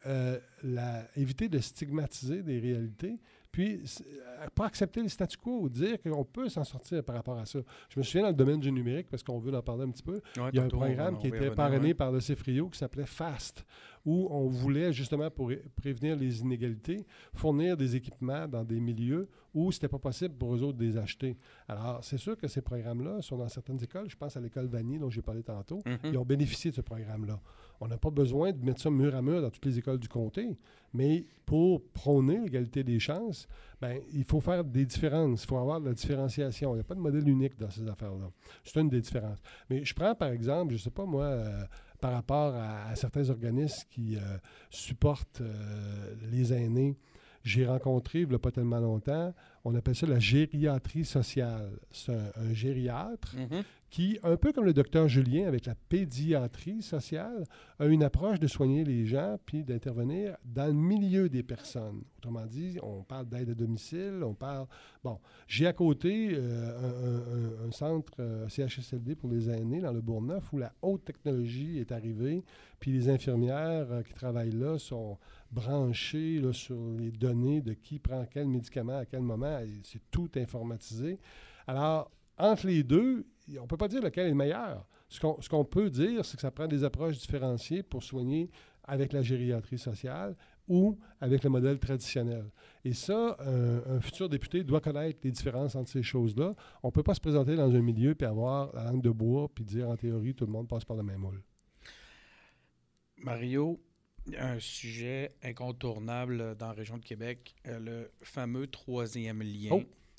éviter de stigmatiser des réalités, puis pas accepter le statu quo, dire qu'on peut s'en sortir par rapport à ça. Je me souviens dans le domaine du numérique, parce qu'on veut en parler un petit peu, il y a un programme qui était parrainé par le CFRIO qui s'appelait FAST, où on voulait, justement, pour prévenir les inégalités, fournir des équipements dans des milieux où c'était pas possible pour eux autres de les acheter. Alors, c'est sûr que ces programmes-là sont dans certaines écoles. Je pense à l'école Vanier, dont j'ai parlé tantôt. Ils ont bénéficié de ce programme-là. On n'a pas besoin de mettre ça mur à mur dans toutes les écoles du comté, mais pour prôner l'égalité des chances, il faut faire des différences. Il faut avoir de la différenciation. Il n'y a pas de modèle unique dans ces affaires-là. C'est une des différences. Mais je prends, par exemple, je ne sais pas moi, par rapport à certains organismes qui supportent les aînés. J'ai rencontré, il n'y a pas tellement longtemps, on appelle ça la gériatrie sociale. C'est un gériatre qui, un peu comme le docteur Julien avec la pédiatrie sociale, a une approche de soigner les gens puis d'intervenir dans le milieu des personnes. Autrement dit, on parle d'aide à domicile, on parle... Bon, j'ai à côté un centre CHSLD pour les aînés dans le Bourgneuf où la haute technologie est arrivée, puis les infirmières qui travaillent là sont branchées là, sur les données de qui prend quel médicament à quel moment. C'est tout informatisé. Alors, entre les deux, on ne peut pas dire lequel est le meilleur. Ce qu'on peut dire, c'est que ça prend des approches différenciées pour soigner avec la gériatrie sociale ou avec le modèle traditionnel. Et ça, un futur député doit connaître les différences entre ces choses-là. On ne peut pas se présenter dans un milieu puis avoir la langue de bois puis dire en théorie, tout le monde passe par le même moule. Mario, un sujet incontournable dans la région de Québec, le fameux troisième lien.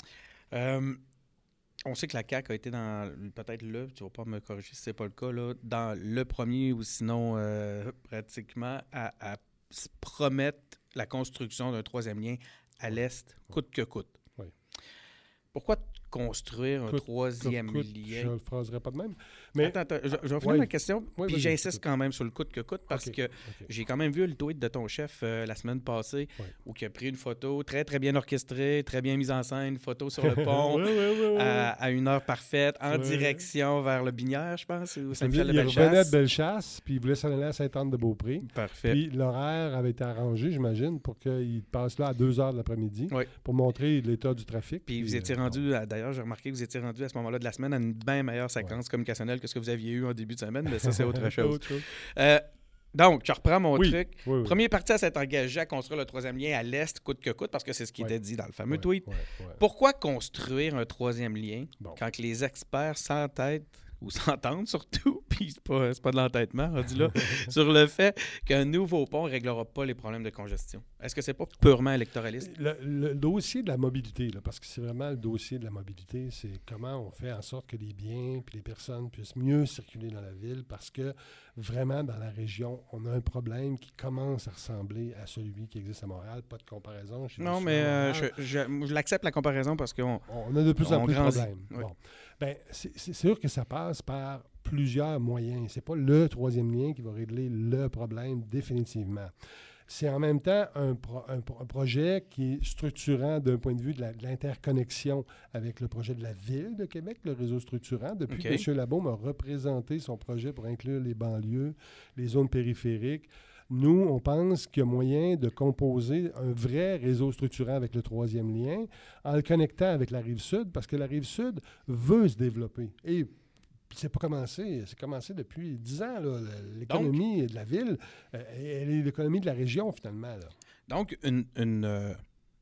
On sait que la CAQ a été dans, peut-être tu ne vas pas me corriger si ce n'est pas le cas, là, dans le premier ou sinon pratiquement à promettre la construction d'un troisième lien à l'Est, coûte que coûte. Oui. Pourquoi construire un troisième lien? Je ne le phraserai pas de même. Mais... Attends, je vais finir ma question, puis j'insiste quand même sur le coûte que coûte, parce que j'ai quand même vu le tweet de ton chef la semaine passée, où il a pris une photo très, très bien orchestrée, très bien mise en scène, une photo sur le pont, à une heure parfaite, en direction vers le Binière, je pense, ou Saint-Michel-de-Bellechasse. Il revenait de Bellechasse, puis il voulait s'en aller à Sainte-Anne-de-Beaupré. Parfait. Puis l'horaire avait été arrangé, j'imagine, pour qu'il passe là à 2h de l'après-midi, pour montrer l'état du trafic. Puis vous étiez rendu, d'ailleurs, j'ai remarqué que vous étiez rendu à ce moment-là de la semaine à une bien meilleure séquence communicationnelle que ce que vous aviez eu en début de semaine, mais ça, c'est autre chose. Donc, je reprends mon truc. Premier parti à s'être engagé à construire le troisième lien à l'Est, coûte que coûte, parce que c'est ce qui était dit dans le fameux tweet. Pourquoi construire un troisième lien quand les experts s'entêtent ou s'entendent surtout, puis c'est pas de l'entêtement, rendu là, sur le fait qu'un nouveau pont ne réglera pas les problèmes de congestion? Est-ce que c'est pas purement électoraliste? Le dossier de la mobilité, là, parce que c'est vraiment le dossier de la mobilité, c'est comment on fait en sorte que les biens et les personnes puissent mieux circuler dans la ville, parce que vraiment, dans la région, on a un problème qui commence à ressembler à celui qui existe à Montréal. Pas de comparaison. Non, mais je l'accepte, la comparaison, parce qu'on on a de plus en plus de problèmes. Oui. Bon. Ben, c'est sûr que ça passe par plusieurs moyens. C'est pas le troisième lien qui va régler le problème définitivement. C'est en même temps un projet qui est structurant d'un point de vue de l'interconnexion avec le projet de la Ville de Québec, le réseau structurant. Depuis que M. Labaume a représenté son projet pour inclure les banlieues, les zones périphériques, nous, on pense qu'il y a moyen de composer un vrai réseau structurant avec le troisième lien en le connectant avec la Rive-Sud, parce que la Rive-Sud veut se développer. Et c'est pas commencé. C'est commencé depuis 10 ans. Là. L'économie de la ville, elle est l'économie de la région, finalement. Là. Donc, un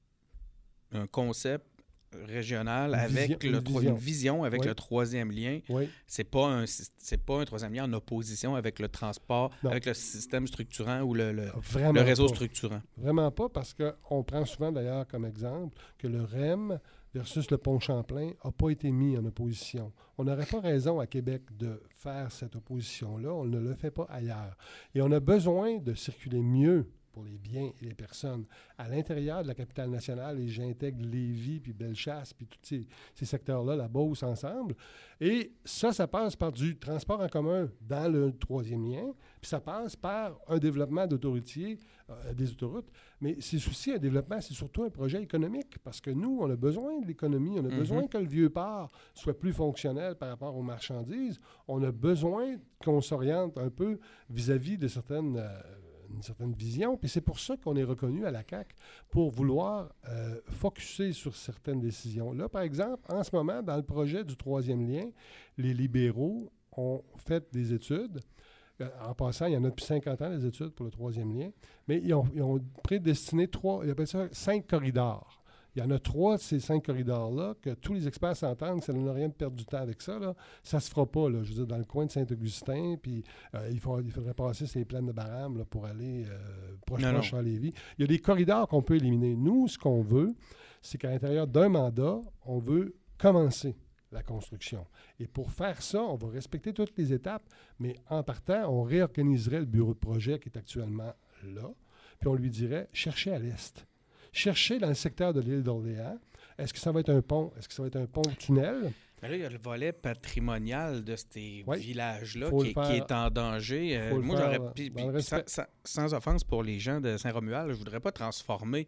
concept régional avec une vision avec le troisième lien. C'est pas un troisième lien en opposition avec le transport, avec le système structurant ou le réseau structurant. Vraiment pas, parce qu'on prend souvent d'ailleurs comme exemple que le REM versus le pont Champlain n'a pas été mis en opposition. On n'aurait pas raison à Québec de faire cette opposition-là. On ne le fait pas ailleurs. Et on a besoin de circuler mieux pour les biens et les personnes à l'intérieur de la capitale nationale, et j'intègre Lévis, puis Bellechasse, puis tous ces secteurs-là, la Beauce, ensemble. Et ça passe par du transport en commun dans le troisième lien, puis ça passe par un développement d'autoroutiers, des autoroutes, mais c'est aussi un développement, c'est surtout un projet économique, parce que nous, on a besoin de l'économie, on a besoin que le Vieux-Port soit plus fonctionnel par rapport aux marchandises, on a besoin qu'on s'oriente un peu vis-à-vis de une certaine vision. Puis c'est pour ça qu'on est reconnu à la CAQ pour vouloir focusser sur certaines décisions. Là, par exemple, en ce moment, dans le projet du troisième lien, les libéraux ont fait des études. En passant, il y en a depuis 50 ans, des études pour le troisième lien. Mais ils ont prédestiné ils appellent ça 5 corridors. Il y en a 3 de ces 5 corridors-là que tous les experts s'entendent que ça ne donne rien de perdre du temps avec ça. Là. Ça ne se fera pas, là, je veux dire, dans le coin de Saint-Augustin, puis il faudrait passer ces plaines de Barham là, pour aller proche à Lévis. Il y a des corridors qu'on peut éliminer. Nous, ce qu'on veut, c'est qu'à l'intérieur d'un mandat, on veut commencer la construction. Et pour faire ça, on va respecter toutes les étapes, mais en partant, on réorganiserait le bureau de projet qui est actuellement là, puis on lui dirait « cherchez à l'est ». Chercher dans le secteur de l'île d'Orléans, est-ce que ça va être un pont? Est-ce que ça va être un pont-tunnel? Mais là, il y a le volet patrimonial de ces villages-là qui est en danger. Moi, j'aurais... sans offense pour les gens de Saint-Romuald, je ne voudrais pas transformer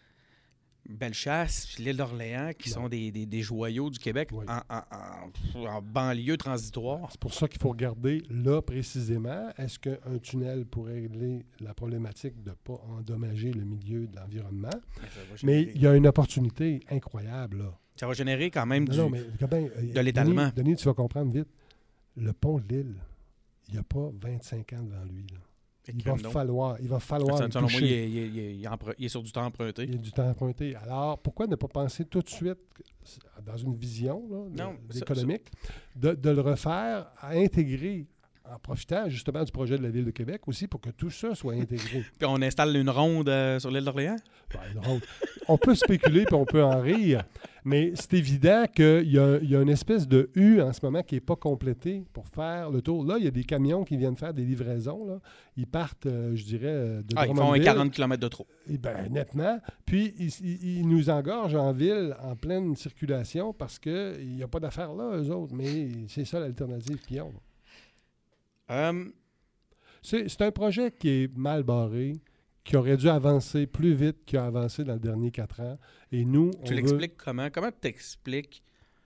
Bellechasse et l'île d'Orléans, qui sont des joyaux du Québec, en banlieue transitoire. C'est pour ça qu'il faut regarder là précisément. Est-ce qu'un tunnel pourrait régler la problématique de ne pas endommager le milieu de l'environnement? Mais il y a une opportunité incroyable là. Ça va générer quand même de l'étalement. Denis, tu vas comprendre vite. Le pont de l'île, il n'y a pas 25 ans devant lui, là. Il va falloir selon moi, il est sur du temps emprunté. Il y a du temps emprunté. Alors, pourquoi ne pas penser tout de suite, dans une vision économique, de le refaire, à intégrer, en profitant justement du projet de la Ville de Québec aussi, pour que tout ça soit intégré. Puis on installe une ronde sur l'île d'Orléans? Une ronde. On peut spéculer puis on peut en rire, mais c'est évident qu'il y a une espèce de U en ce moment qui n'est pas complétée pour faire le tour. Là, il y a des camions qui viennent faire des livraisons. Là. Ils partent, je dirais, de Drummondville. Ils font un 40 km de trop. Nettement. Puis, ils nous engorgent en ville, en pleine circulation, parce qu'il n'y a pas d'affaires là, eux autres. Mais c'est ça l'alternative qu'ils ont. C'est un projet qui est mal barré, qui aurait dû avancer plus vite qu'il a avancé dans les derniers 4 ans. Et nous, tu l'expliques comment? Comment tu expliques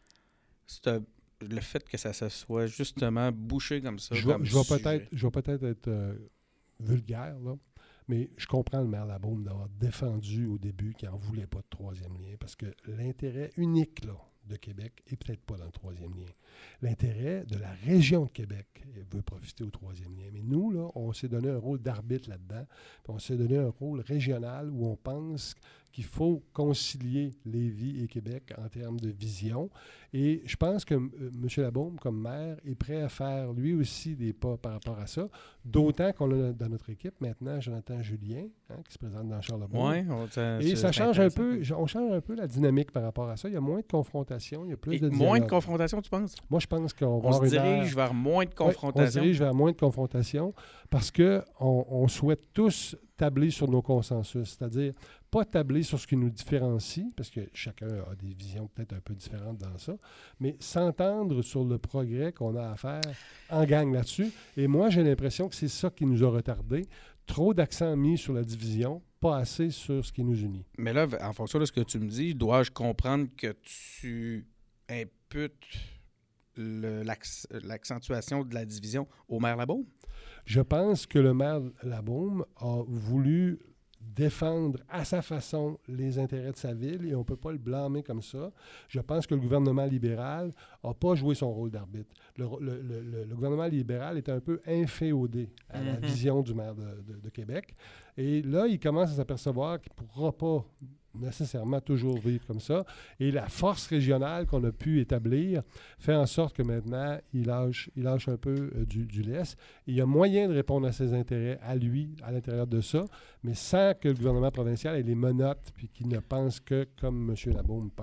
le fait que ça se soit justement bouché comme ça? Je vais peut-être être vulgaire, là, mais je comprends le maire Labaume d'avoir défendu au début qu'il n'en voulait pas de troisième lien, parce que l'intérêt unique, là, de Québec et peut-être pas dans le troisième lien. L'intérêt de la région de Québec veut profiter au troisième lien. Mais nous, là, on s'est donné un rôle d'arbitre là-dedans. Puis on s'est donné un rôle régional où on pense qu'il faut concilier Lévis et Québec en termes de vision. Et je pense que M. Labaume, comme maire, est prêt à faire lui aussi des pas par rapport à ça. D'autant qu'on a dans notre équipe maintenant Jonathan Julien, qui se présente dans Charlebourg. Et ça change un peu, on change un peu la dynamique par rapport à ça. Il y a moins de confrontation, il y a plus de dialogue. Moins de confrontation, tu penses? Moi, je pense qu'on va se dirige vers moins de confrontation. On se dirige vers moins de confrontation parce qu'on souhaite tous tabler sur nos consensus, c'est-à-dire pas tabler sur ce qui nous différencie, parce que chacun a des visions peut-être un peu différentes dans ça, mais s'entendre sur le progrès qu'on a à faire en gang là-dessus. Et moi, j'ai l'impression que c'est ça qui nous a retardés. Trop d'accent mis sur la division, pas assez sur ce qui nous unit. Mais là, en fonction de ce que tu me dis, dois-je comprendre que tu imputes l'accentuation de la division au maire Labaume? Je pense que le maire Labaume a voulu défendre à sa façon les intérêts de sa ville et on ne peut pas le blâmer comme ça. Je pense que le gouvernement libéral n'a pas joué son rôle d'arbitre. Le gouvernement libéral est un peu inféodé à la vision du maire de Québec. Et là, il commence à s'apercevoir qu'il ne pourra pas nécessairement toujours vivre comme ça. Et la force régionale qu'on a pu établir fait en sorte que maintenant, il lâche un peu du lest. Et il y a moyen de répondre à ses intérêts à lui, à l'intérieur de ça, mais sans que le gouvernement provincial ait les menottes puis qu'il ne pense que comme M. Labaume pense.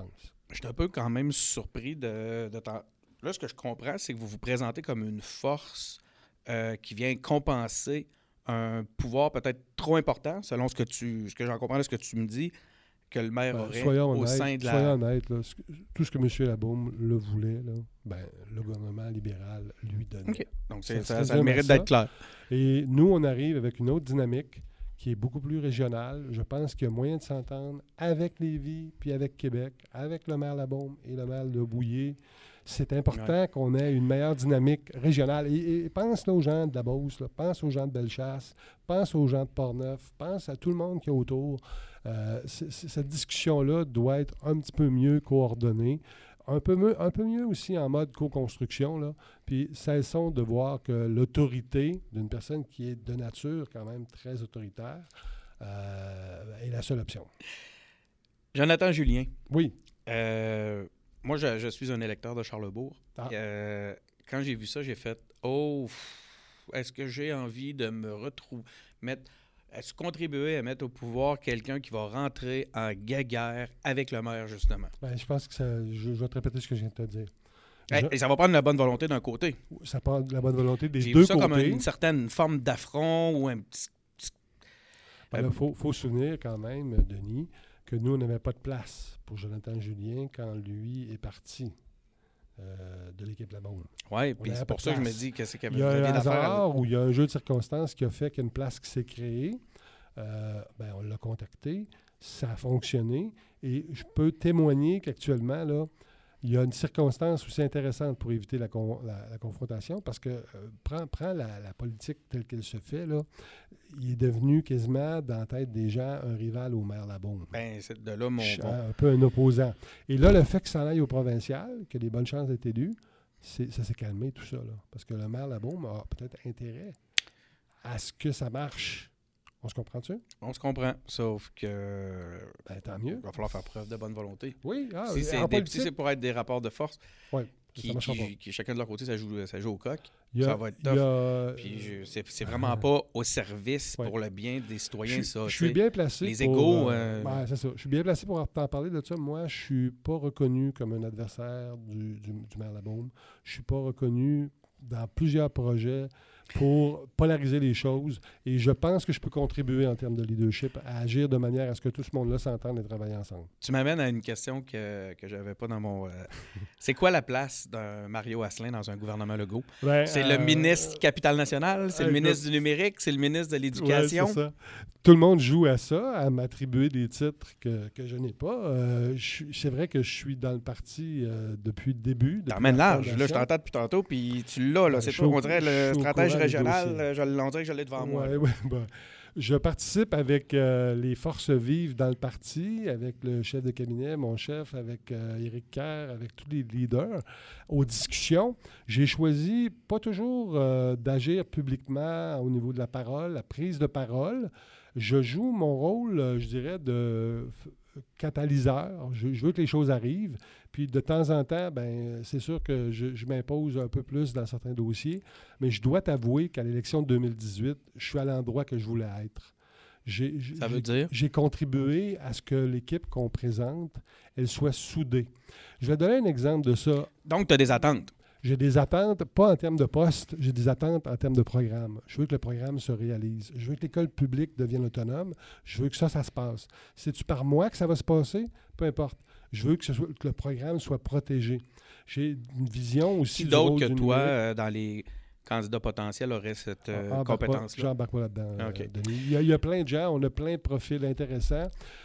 je suis un peu quand même surpris de Là, ce que je comprends, c'est que vous vous présentez comme une force qui vient compenser un pouvoir peut-être trop important, selon ce que j'en comprends de ce que tu me dis, que le maire aurait au sein de la... Soyons honnêtes, là, tout ce que M. Labaume le voulait, là, le gouvernement libéral lui donnait. Okay. Donc, ça a le mérite d'être clair. Et nous, on arrive avec une autre dynamique qui est beaucoup plus régionale. Je pense qu'il y a moyen de s'entendre avec Lévis, puis avec Québec, avec le maire Labaume et le maire Le Bouillet. C'est important qu'on ait une meilleure dynamique régionale. Et pense là, aux gens de la Beauce, là, pense aux gens de Bellechasse, pense aux gens de Portneuf, pense à tout le monde qui est autour. Cette discussion-là doit être un petit peu mieux coordonnée, un peu mieux aussi en mode co-construction, là. Puis cessons de voir que l'autorité d'une personne qui est de nature quand même très autoritaire est la seule option. Jonathan Julien. Oui. Moi, je suis un électeur de Charlesbourg. Quand j'ai vu ça, j'ai fait « Oh, est-ce que j'ai envie de me retrouver, est-ce contribuer à mettre au pouvoir quelqu'un qui va rentrer en guéguerre avec le maire, justement? » Je pense que je vais te répéter ce que je viens de te dire. Et ça va prendre la bonne volonté d'un côté. Ça prend la bonne volonté des j'ai deux vu ça côtés. Comme une certaine forme d'affront ou un petit... Il faut se souvenir quand même, Denis, que nous, on n'avait pas de place pour Jonathan Julien quand lui est parti de l'équipe Labaume. Oui, puis c'est pour ça que je me dis qu'est-ce qu'il y avait. Il y a un hasard ou il y a un jeu de circonstances qui a fait qu'il y a une place qui s'est créée. On l'a contacté, ça a fonctionné et je peux témoigner qu'actuellement, là, il y a une circonstance aussi intéressante pour éviter la confrontation parce que prends la politique telle qu'elle se fait, là, il est devenu quasiment dans la tête des gens un rival au maire Labaume. C'est de là un peu un opposant. Et là, le fait que ça en aille au provincial, que les bonnes chances d'être élu, ça s'est calmé tout ça. Là, parce que le maire Labaume a peut-être intérêt à ce que ça marche. On se comprend-tu? On se comprend, sauf que... tant mieux. Il va falloir faire preuve de bonne volonté. Oui. Si c'est pour être des rapports de force, qui chacun de leur côté, ça joue au coq, ça va être tough. Puis c'est vraiment pas au service pour le bien des citoyens, ça. Je suis bien placé les égaux... c'est ça. Je suis bien placé pour t'en parler de ça. Moi, je suis pas reconnu comme un adversaire du maire Labaume. Je suis pas reconnu dans plusieurs projets pour polariser les choses. Et je pense que je peux contribuer en termes de leadership à agir de manière à ce que tout ce monde-là s'entende et travaille ensemble. Tu m'amènes à une question que je n'avais pas dans mon... C'est quoi la place d'un Mario Asselin dans un gouvernement Legault? C'est le ministre Capital National? C'est le ministre du numérique? C'est le ministre de l'Éducation? Ouais, c'est ça. Tout le monde joue à ça, à m'attribuer des titres que je n'ai pas. C'est vrai que je suis dans le parti depuis le début. T'emmènes large. Là, je t'entends depuis tantôt, puis tu l'as. Là, c'est pas, on dirait le stratège régional. On dirait que je l'ai devant moi. Je participe avec les forces vives dans le parti, avec le chef de cabinet, mon chef, avec Éric Kerr, avec tous les leaders, aux discussions. J'ai choisi, pas toujours d'agir publiquement au niveau de la parole, la prise de parole. Je joue mon rôle, je dirais, de catalyseur. Je veux que les choses arrivent. Puis de temps en temps, c'est sûr que je m'impose un peu plus dans certains dossiers, mais je dois t'avouer qu'à l'élection de 2018, je suis à l'endroit que je voulais être. Ça veut dire? J'ai contribué à ce que l'équipe qu'on présente, elle soit soudée. Je vais donner un exemple de ça. Donc, tu as des attentes? J'ai des attentes, pas en termes de poste, j'ai des attentes en termes de programme. Je veux que le programme se réalise. Je veux que l'école publique devienne autonome. Je veux que ça se passe. C'est-tu par moi que ça va se passer? Peu importe. Je veux que le programme soit protégé. J'ai une vision aussi. Qui d'autre que toi, dans les candidats potentiels, aurait cette compétence-là? J'embarque pas là-dedans, Okay. Denis. Il y a plein de gens, on a plein de profils intéressants.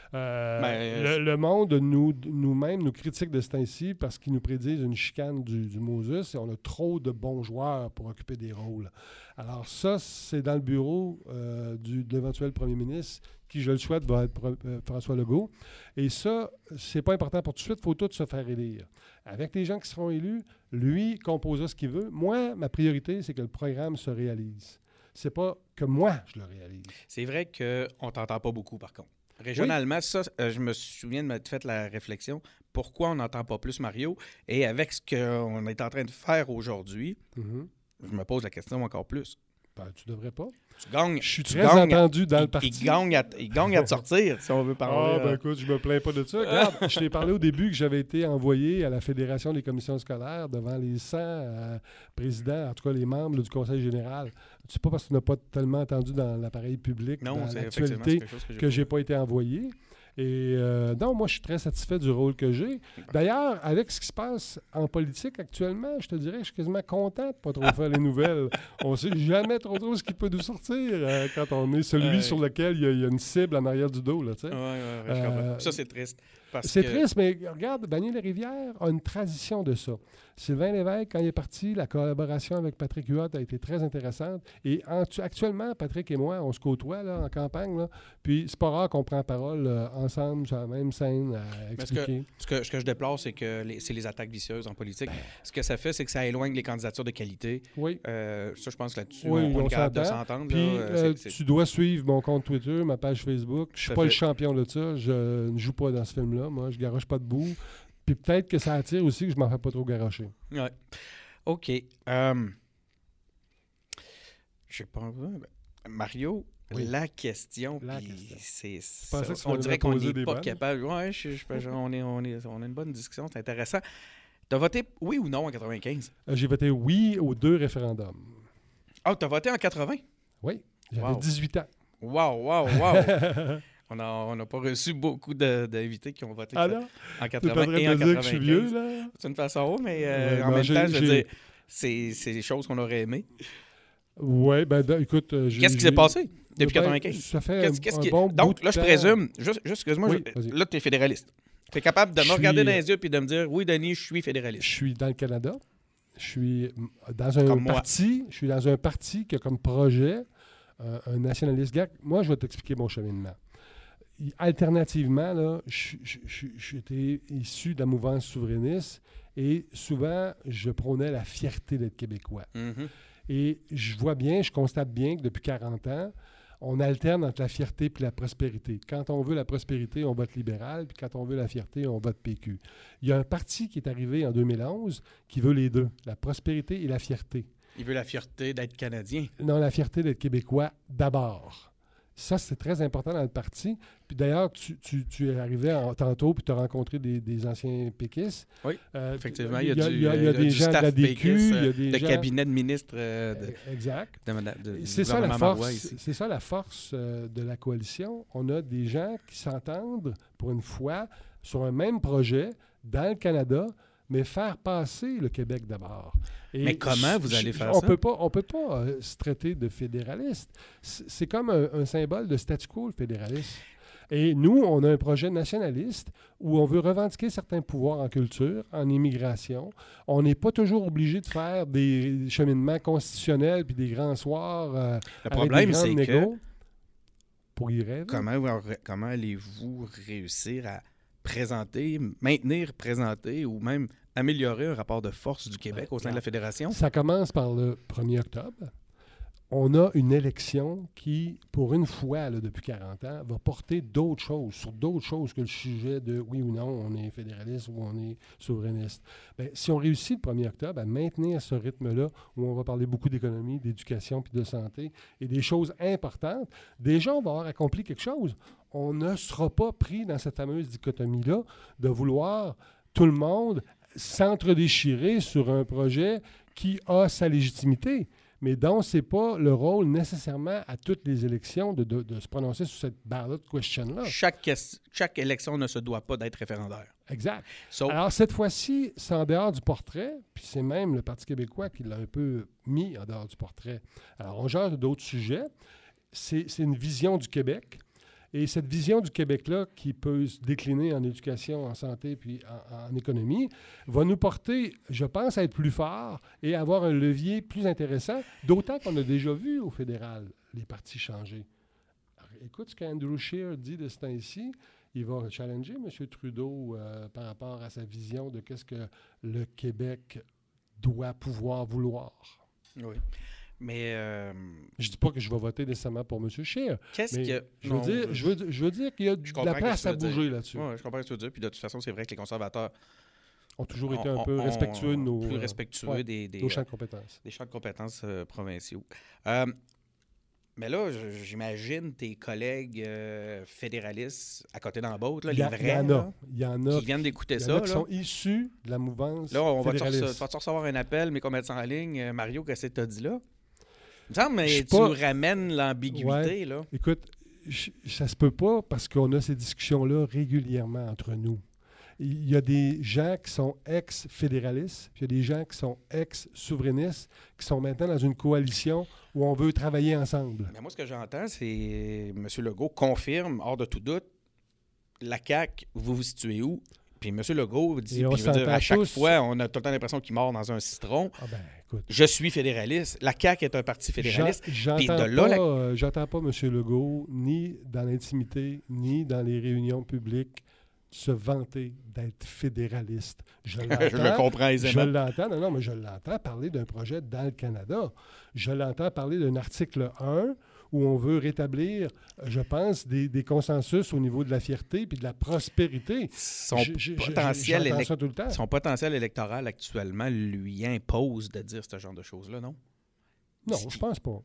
Le monde nous-mêmes nous critique de ce temps-ci parce qu'ils nous prédisent une chicane du Moses et on a trop de bons joueurs pour occuper des rôles. Alors ça, c'est dans le bureau de l'éventuel premier ministre qui, je le souhaite, va être François Legault. Et ça, c'est pas important pour tout de suite, il faut tout se faire élire. Avec les gens qui seront élus, lui composera ce qu'il veut. Moi, ma priorité, c'est que le programme se réalise. C'est pas que moi, je le réalise. C'est vrai qu'on t'entend pas beaucoup, par contre. Régionalement, ça, je me souviens de m'être fait la réflexion. Pourquoi on n'entend pas plus Mario? Et avec ce qu'on est en train de faire aujourd'hui, je me pose la question encore plus. Ben, tu devrais pas. Tu gagnes. Je suis très entendu dans le parti. Il gagne à te sortir, si on veut parler. Ben écoute, je me plains pas de ça. Regarde, je t'ai parlé au début que j'avais été envoyé à la Fédération des commissions scolaires devant les 100 présidents, en tout cas les membres du Conseil général. C'est pas parce que tu n'as pas tellement entendu dans l'appareil public, dans l'actualité, que j'ai pas été envoyé. Et non, moi, je suis très satisfait du rôle que j'ai. D'ailleurs, avec ce qui se passe en politique actuellement, je te dirais que je suis quasiment content de ne pas trop faire les nouvelles. On ne sait jamais trop ce qui peut nous sortir quand on est celui sur lequel il y a une cible en arrière du dos. Là, tu sais. Je comprends. Ça, c'est triste. Triste, mais regarde, Vanier-les-Rivières a une tradition de ça. Sylvain Lévesque, quand il est parti, la collaboration avec Patrick Huot a été très intéressante. Et actuellement, Patrick et moi, on se côtoie là, en campagne. Là, puis c'est pas rare qu'on prend la parole ensemble sur la même scène à expliquer. Ce que je déplore, c'est que c'est les attaques vicieuses en politique. Ce que ça fait, c'est que ça éloigne les candidatures de qualité. Oui. Ça, je pense là-dessus, oui, on est capable de s'entendre. Puis tu dois suivre mon compte Twitter, ma page Facebook. Je suis pas le champion de ça. Je ne joue pas dans ce film-là. Moi, je garoche pas debout. Puis peut-être que ça attire aussi que je m'en fais pas trop garocher. Ouais. OK. Je sais pas. Mario, la question. On dirait qu'on n'est pas capable. Ouais, on a une bonne discussion. C'est intéressant. Tu as voté oui ou non en 95? J'ai voté oui aux 2 référendums. Ah, tu as voté en 80? Oui. J'avais 18 ans. Wow! On n'a pas reçu beaucoup d'invités qui ont voté en 80 et en 95. Je suis vieux, là? C'est une façon, mais en même temps, je veux dire, c'est des choses qu'on aurait aimées. Oui, écoute... Qu'est-ce qui s'est passé depuis 95? Ça fait un bon bout de temps. Donc, là, je présume, juste excuse-moi, là, tu es fédéraliste. Tu es capable de me regarder dans les yeux et de me dire, oui, Denis, je suis fédéraliste. Je suis dans le Canada. Je suis dans un parti. Je suis dans un parti qui a comme projet un nationaliste. Moi, je vais t'expliquer mon cheminement. Alternativement, là, j'étais issu de la mouvance souverainiste et souvent, je prônais la fierté d'être québécois. Mm-hmm. Et je vois bien, je constate bien que depuis 40 ans, on alterne entre la fierté et la prospérité. Quand on veut la prospérité, on vote libéral, puis quand on veut la fierté, on vote PQ. Il y a un parti qui est arrivé en 2011 qui veut les deux, la prospérité et la fierté. Il veut la fierté d'être Canadien. Non, la fierté d'être Québécois d'abord. Ça, c'est très important dans le parti. Puis d'ailleurs, tu es arrivé tantôt puis tu as rencontré des anciens péquistes. Oui, effectivement. Il y a des gens de la DQ, il y a des gens... cabinet de ministre exact. C'est ça la force. C'est ça la force de la coalition. On a des gens qui s'entendent pour une fois sur un même projet dans le Canada, mais faire passer le Québec d'abord. Mais comment vous allez faire ça? On peut pas se traiter de fédéraliste. C'est comme un symbole de statu quo, le fédéralisme. Et nous, on a un projet nationaliste où on veut revendiquer certains pouvoirs en culture, en immigration. On n'est pas toujours obligé de faire des cheminements constitutionnels puis des grands soirs le problème, c'est que pour y rêver. Comment allez-vous réussir à maintenir, présenter ou même améliorer un rapport de force du Québec au sein de la Fédération? Ça commence par le 1er octobre. On a une élection qui, pour une fois, là, depuis 40 ans, va porter sur d'autres choses que le sujet de oui ou non, on est fédéraliste ou on est souverainiste. Bien, si on réussit le 1er octobre à maintenir ce rythme-là, où on va parler beaucoup d'économie, d'éducation puis de santé et des choses importantes, déjà, on va avoir accompli quelque chose. On ne sera pas pris dans cette fameuse dichotomie-là de vouloir tout le monde s'entre-déchirer sur un projet qui a sa légitimité, mais dont ce n'est pas le rôle nécessairement à toutes les élections de se prononcer sur cette ballot question-là. Chaque élection ne se doit pas d'être référendaire. Exact. Alors, cette fois-ci, c'est en dehors du portrait, puis c'est même le Parti québécois qui l'a un peu mis en dehors du portrait. Alors, on gère d'autres sujets. C'est une vision du Québec. Et cette vision du Québec-là, qui peut se décliner en éducation, en santé, puis en économie, va nous porter, je pense, à être plus forts et avoir un levier plus intéressant, d'autant qu'on a déjà vu au fédéral les partis changer. Alors, écoute ce qu'Andrew Scheer dit de ce temps-ci. Il va challenger M. Trudeau par rapport à sa vision de qu'est-ce que le Québec doit pouvoir vouloir. Oui. Mais je dis pas que je vais voter nécessairement pour M. Scheer. Qu'est-ce que je veux dire qu'il y a de la place à bouger là-dessus. Oui, je comprends ce que tu veux dire. Puis de toute façon, c'est vrai que les conservateurs ont toujours été un peu respectueux de nos, plus respectueux des champs de compétences. Des champs de compétences provinciaux. Mais là, j'imagine tes collègues fédéralistes à côté dans la botte, les vrais, il y en a qui viennent d'écouter ça. Il y en a qui sont issus de la mouvance fédéraliste. Tu vas recevoir un appel, mais qu'on mette ça en ligne. Mario, qu'est-ce que tu as dit là? Il me semble, mais tu nous ramènes l'ambiguïté. Là. Écoute, ça se peut pas parce qu'on a ces discussions-là régulièrement entre nous. Il y a des gens qui sont ex-fédéralistes, puis il y a des gens qui sont ex-souverainistes, qui sont maintenant dans une coalition où on veut travailler ensemble. Mais moi, ce que j'entends, c'est M. Legault confirme, hors de tout doute, la CAQ, vous vous situez où? Puis M. Legault dit, à chaque fois, on a tout le temps l'impression qu'il mord dans un citron. Je suis fédéraliste. La CAQ est un parti fédéraliste. J'entends pas M. Legault, ni dans l'intimité, ni dans les réunions publiques, se vanter d'être fédéraliste. Je le comprends aisément. Je l'entends, mais je l'entends parler d'un projet dans le Canada. Je l'entends parler d'un article 1 où on veut rétablir, je pense, des consensus au niveau de la fierté puis de la prospérité. Son potentiel électoral actuellement lui impose de dire ce genre de choses-là, non? Non, je pense pas.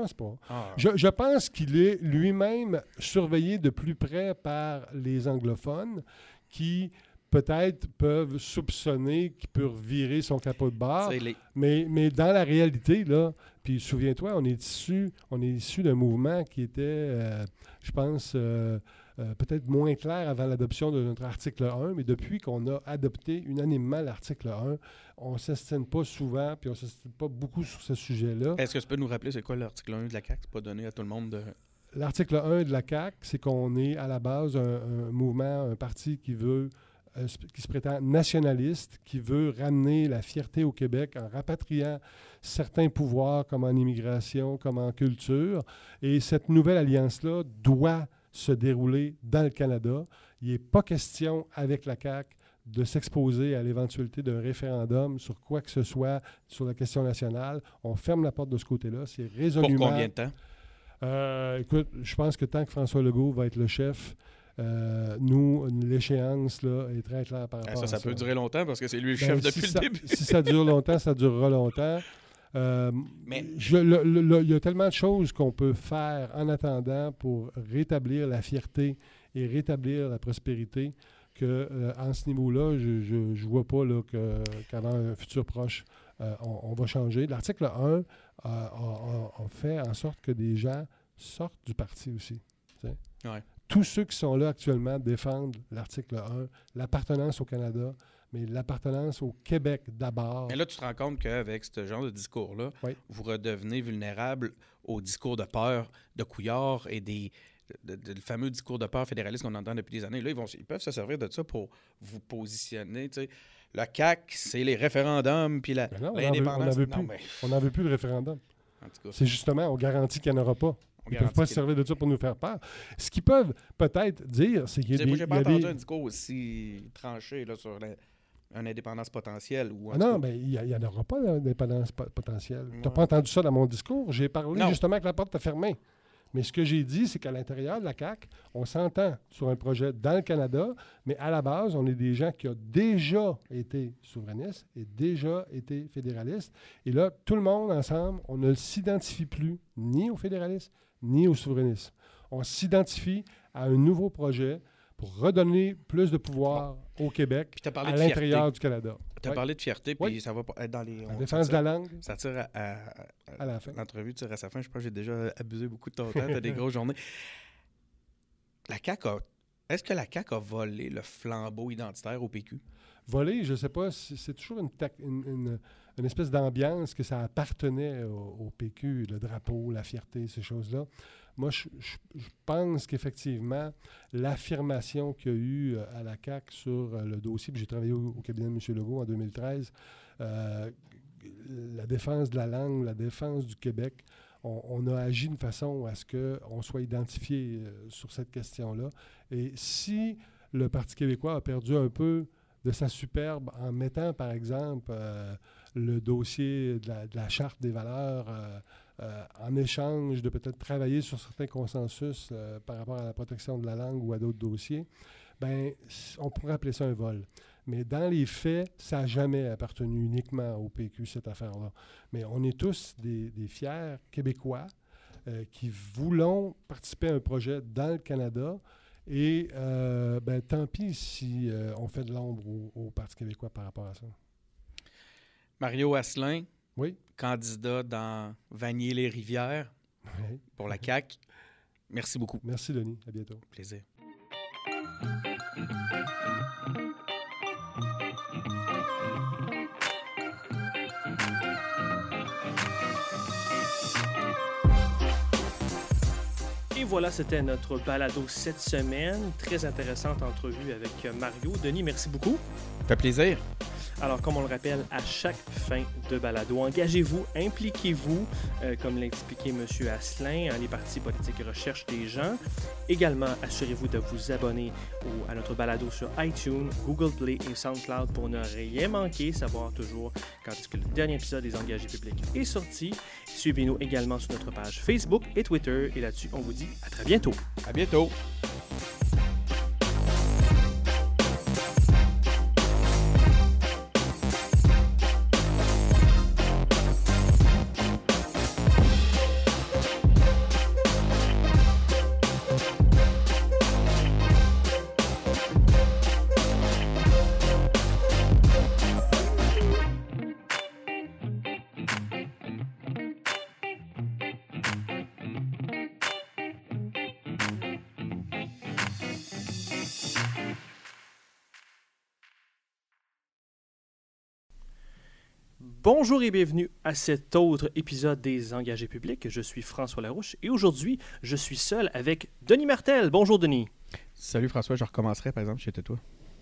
Je pense qu'il est lui-même surveillé de plus près par les anglophones qui peut-être peuvent soupçonner qu'il peut revirer son capot de barre. Mais dans la réalité, là, puis souviens-toi, on est issu d'un mouvement qui était, je pense, peut-être moins clair avant l'adoption de notre article 1, mais depuis qu'on a adopté unanimement l'article 1, on ne s'estime pas souvent, puis on ne s'estime pas beaucoup sur ce sujet-là. Est-ce que tu peux nous rappeler c'est quoi l'article 1 de la CAQ? C'est pas donné à tout le monde de... L'article 1 de la CAQ, c'est qu'on est à la base un mouvement, un parti qui se prétend nationaliste, qui veut ramener la fierté au Québec en rapatriant certains pouvoirs comme en immigration, comme en culture. Et cette nouvelle alliance-là doit se dérouler dans le Canada. Il n'est pas question avec la CAQ de s'exposer à l'éventualité d'un référendum sur quoi que ce soit sur la question nationale. On ferme la porte de ce côté-là. C'est résolument... Pour combien de temps? Écoute, je pense que tant que François Legault va être le chef, nous, l'échéance là, est très claire par rapport à ça. Ça peut durer longtemps parce que c'est lui le chef depuis le début. Si ça dure longtemps, ça durera longtemps. Mais il y a tellement de choses qu'on peut faire en attendant pour rétablir la fierté et rétablir la prospérité qu'en ce niveau-là, je ne vois pas là, qu'avant un futur proche, on va changer. L'article 1 a fait en sorte que des gens sortent du parti aussi. Ouais. Tous ceux qui sont là actuellement défendent l'article 1, l'appartenance au Canada, mais l'appartenance au Québec d'abord. Mais là, tu te rends compte qu'avec ce genre de discours-là, vous redevenez vulnérable au discours de peur de Couillard et le fameux discours de peur fédéraliste qu'on entend depuis des années. Là, ils peuvent se servir de ça pour vous positionner. Tu sais. Le CAQ, c'est les référendums, puis l'indépendance. On n'en veut plus de référendum. En tout cas, c'est justement, on garantit qu'il n'y en aura pas. Ils ne peuvent pas se servir de ça pour nous faire peur. Ce qu'ils peuvent peut-être dire, c'est qu'il y a des... Moi, je n'ai pas entendu un discours aussi tranché là, sur une indépendance potentielle. Mais il n'y en aura pas d'indépendance potentielle. Tu n'as pas entendu ça dans mon discours. J'ai parlé justement que la porte est fermée. Mais ce que j'ai dit, c'est qu'à l'intérieur de la CAQ, on s'entend sur un projet dans le Canada, mais à la base, on est des gens qui ont déjà été souverainistes et déjà été fédéralistes. Et là, tout le monde ensemble, on ne s'identifie plus ni aux fédéralistes ni aux souverainistes. On s'identifie à un nouveau projet pour redonner plus de pouvoir au Québec à l'intérieur du Canada. Tu as parlé de fierté, puis ça va être dans les... La défense de la langue. Ça tire à la fin. L'entrevue tire à sa fin. Je pense que j'ai déjà abusé beaucoup de ton temps. Tu as des grosses journées. Est-ce que la CAQ a volé le flambeau identitaire au PQ? Volé, je ne sais pas. C'est toujours une espèce d'ambiance que ça appartenait au PQ, le drapeau, la fierté, ces choses-là. Moi, je pense qu'effectivement, l'affirmation qu'il y a eu à la CAQ sur le dossier, puis j'ai travaillé au cabinet de M. Legault en 2013, la défense de la langue, la défense du Québec, on a agi d'une façon à ce qu'on soit identifié sur cette question-là. Et si le Parti québécois a perdu un peu de sa superbe en mettant, par exemple, le dossier de la Charte des valeurs en échange de peut-être travailler sur certains consensus par rapport à la protection de la langue ou à d'autres dossiers, on pourrait appeler ça un vol. Mais dans les faits, ça n'a jamais appartenu uniquement au PQ, cette affaire-là. Mais on est tous des fiers Québécois qui voulons participer à un projet dans le Canada. Et tant pis si on fait de l'ombre au Parti québécois par rapport à ça. Mario Asselin, oui. Candidat dans Vanier-les-Rivières pour la CAQ. Merci beaucoup. Merci, Denis. À bientôt. Plaisir. Et voilà, c'était notre balado cette semaine. Très intéressante entrevue avec Mario. Denis, merci beaucoup. Ça fait plaisir. Alors, comme on le rappelle, à chaque fin de balado, engagez-vous, impliquez-vous, comme l'a expliqué M. Asselin, les partis politiques recherchent des gens. Également, assurez-vous de vous abonner à notre balado sur iTunes, Google Play et SoundCloud pour ne rien manquer, savoir toujours quand est-ce que le dernier épisode des Engagés publics est sorti. Suivez-nous également sur notre page Facebook et Twitter. Et là-dessus, on vous dit à très bientôt. À bientôt. Bonjour et bienvenue à cet autre épisode des Engagés publics. Je suis François Larouche et aujourd'hui, je suis seul avec Denis Martel. Bonjour Denis. Salut François, je recommencerai par exemple chez toi.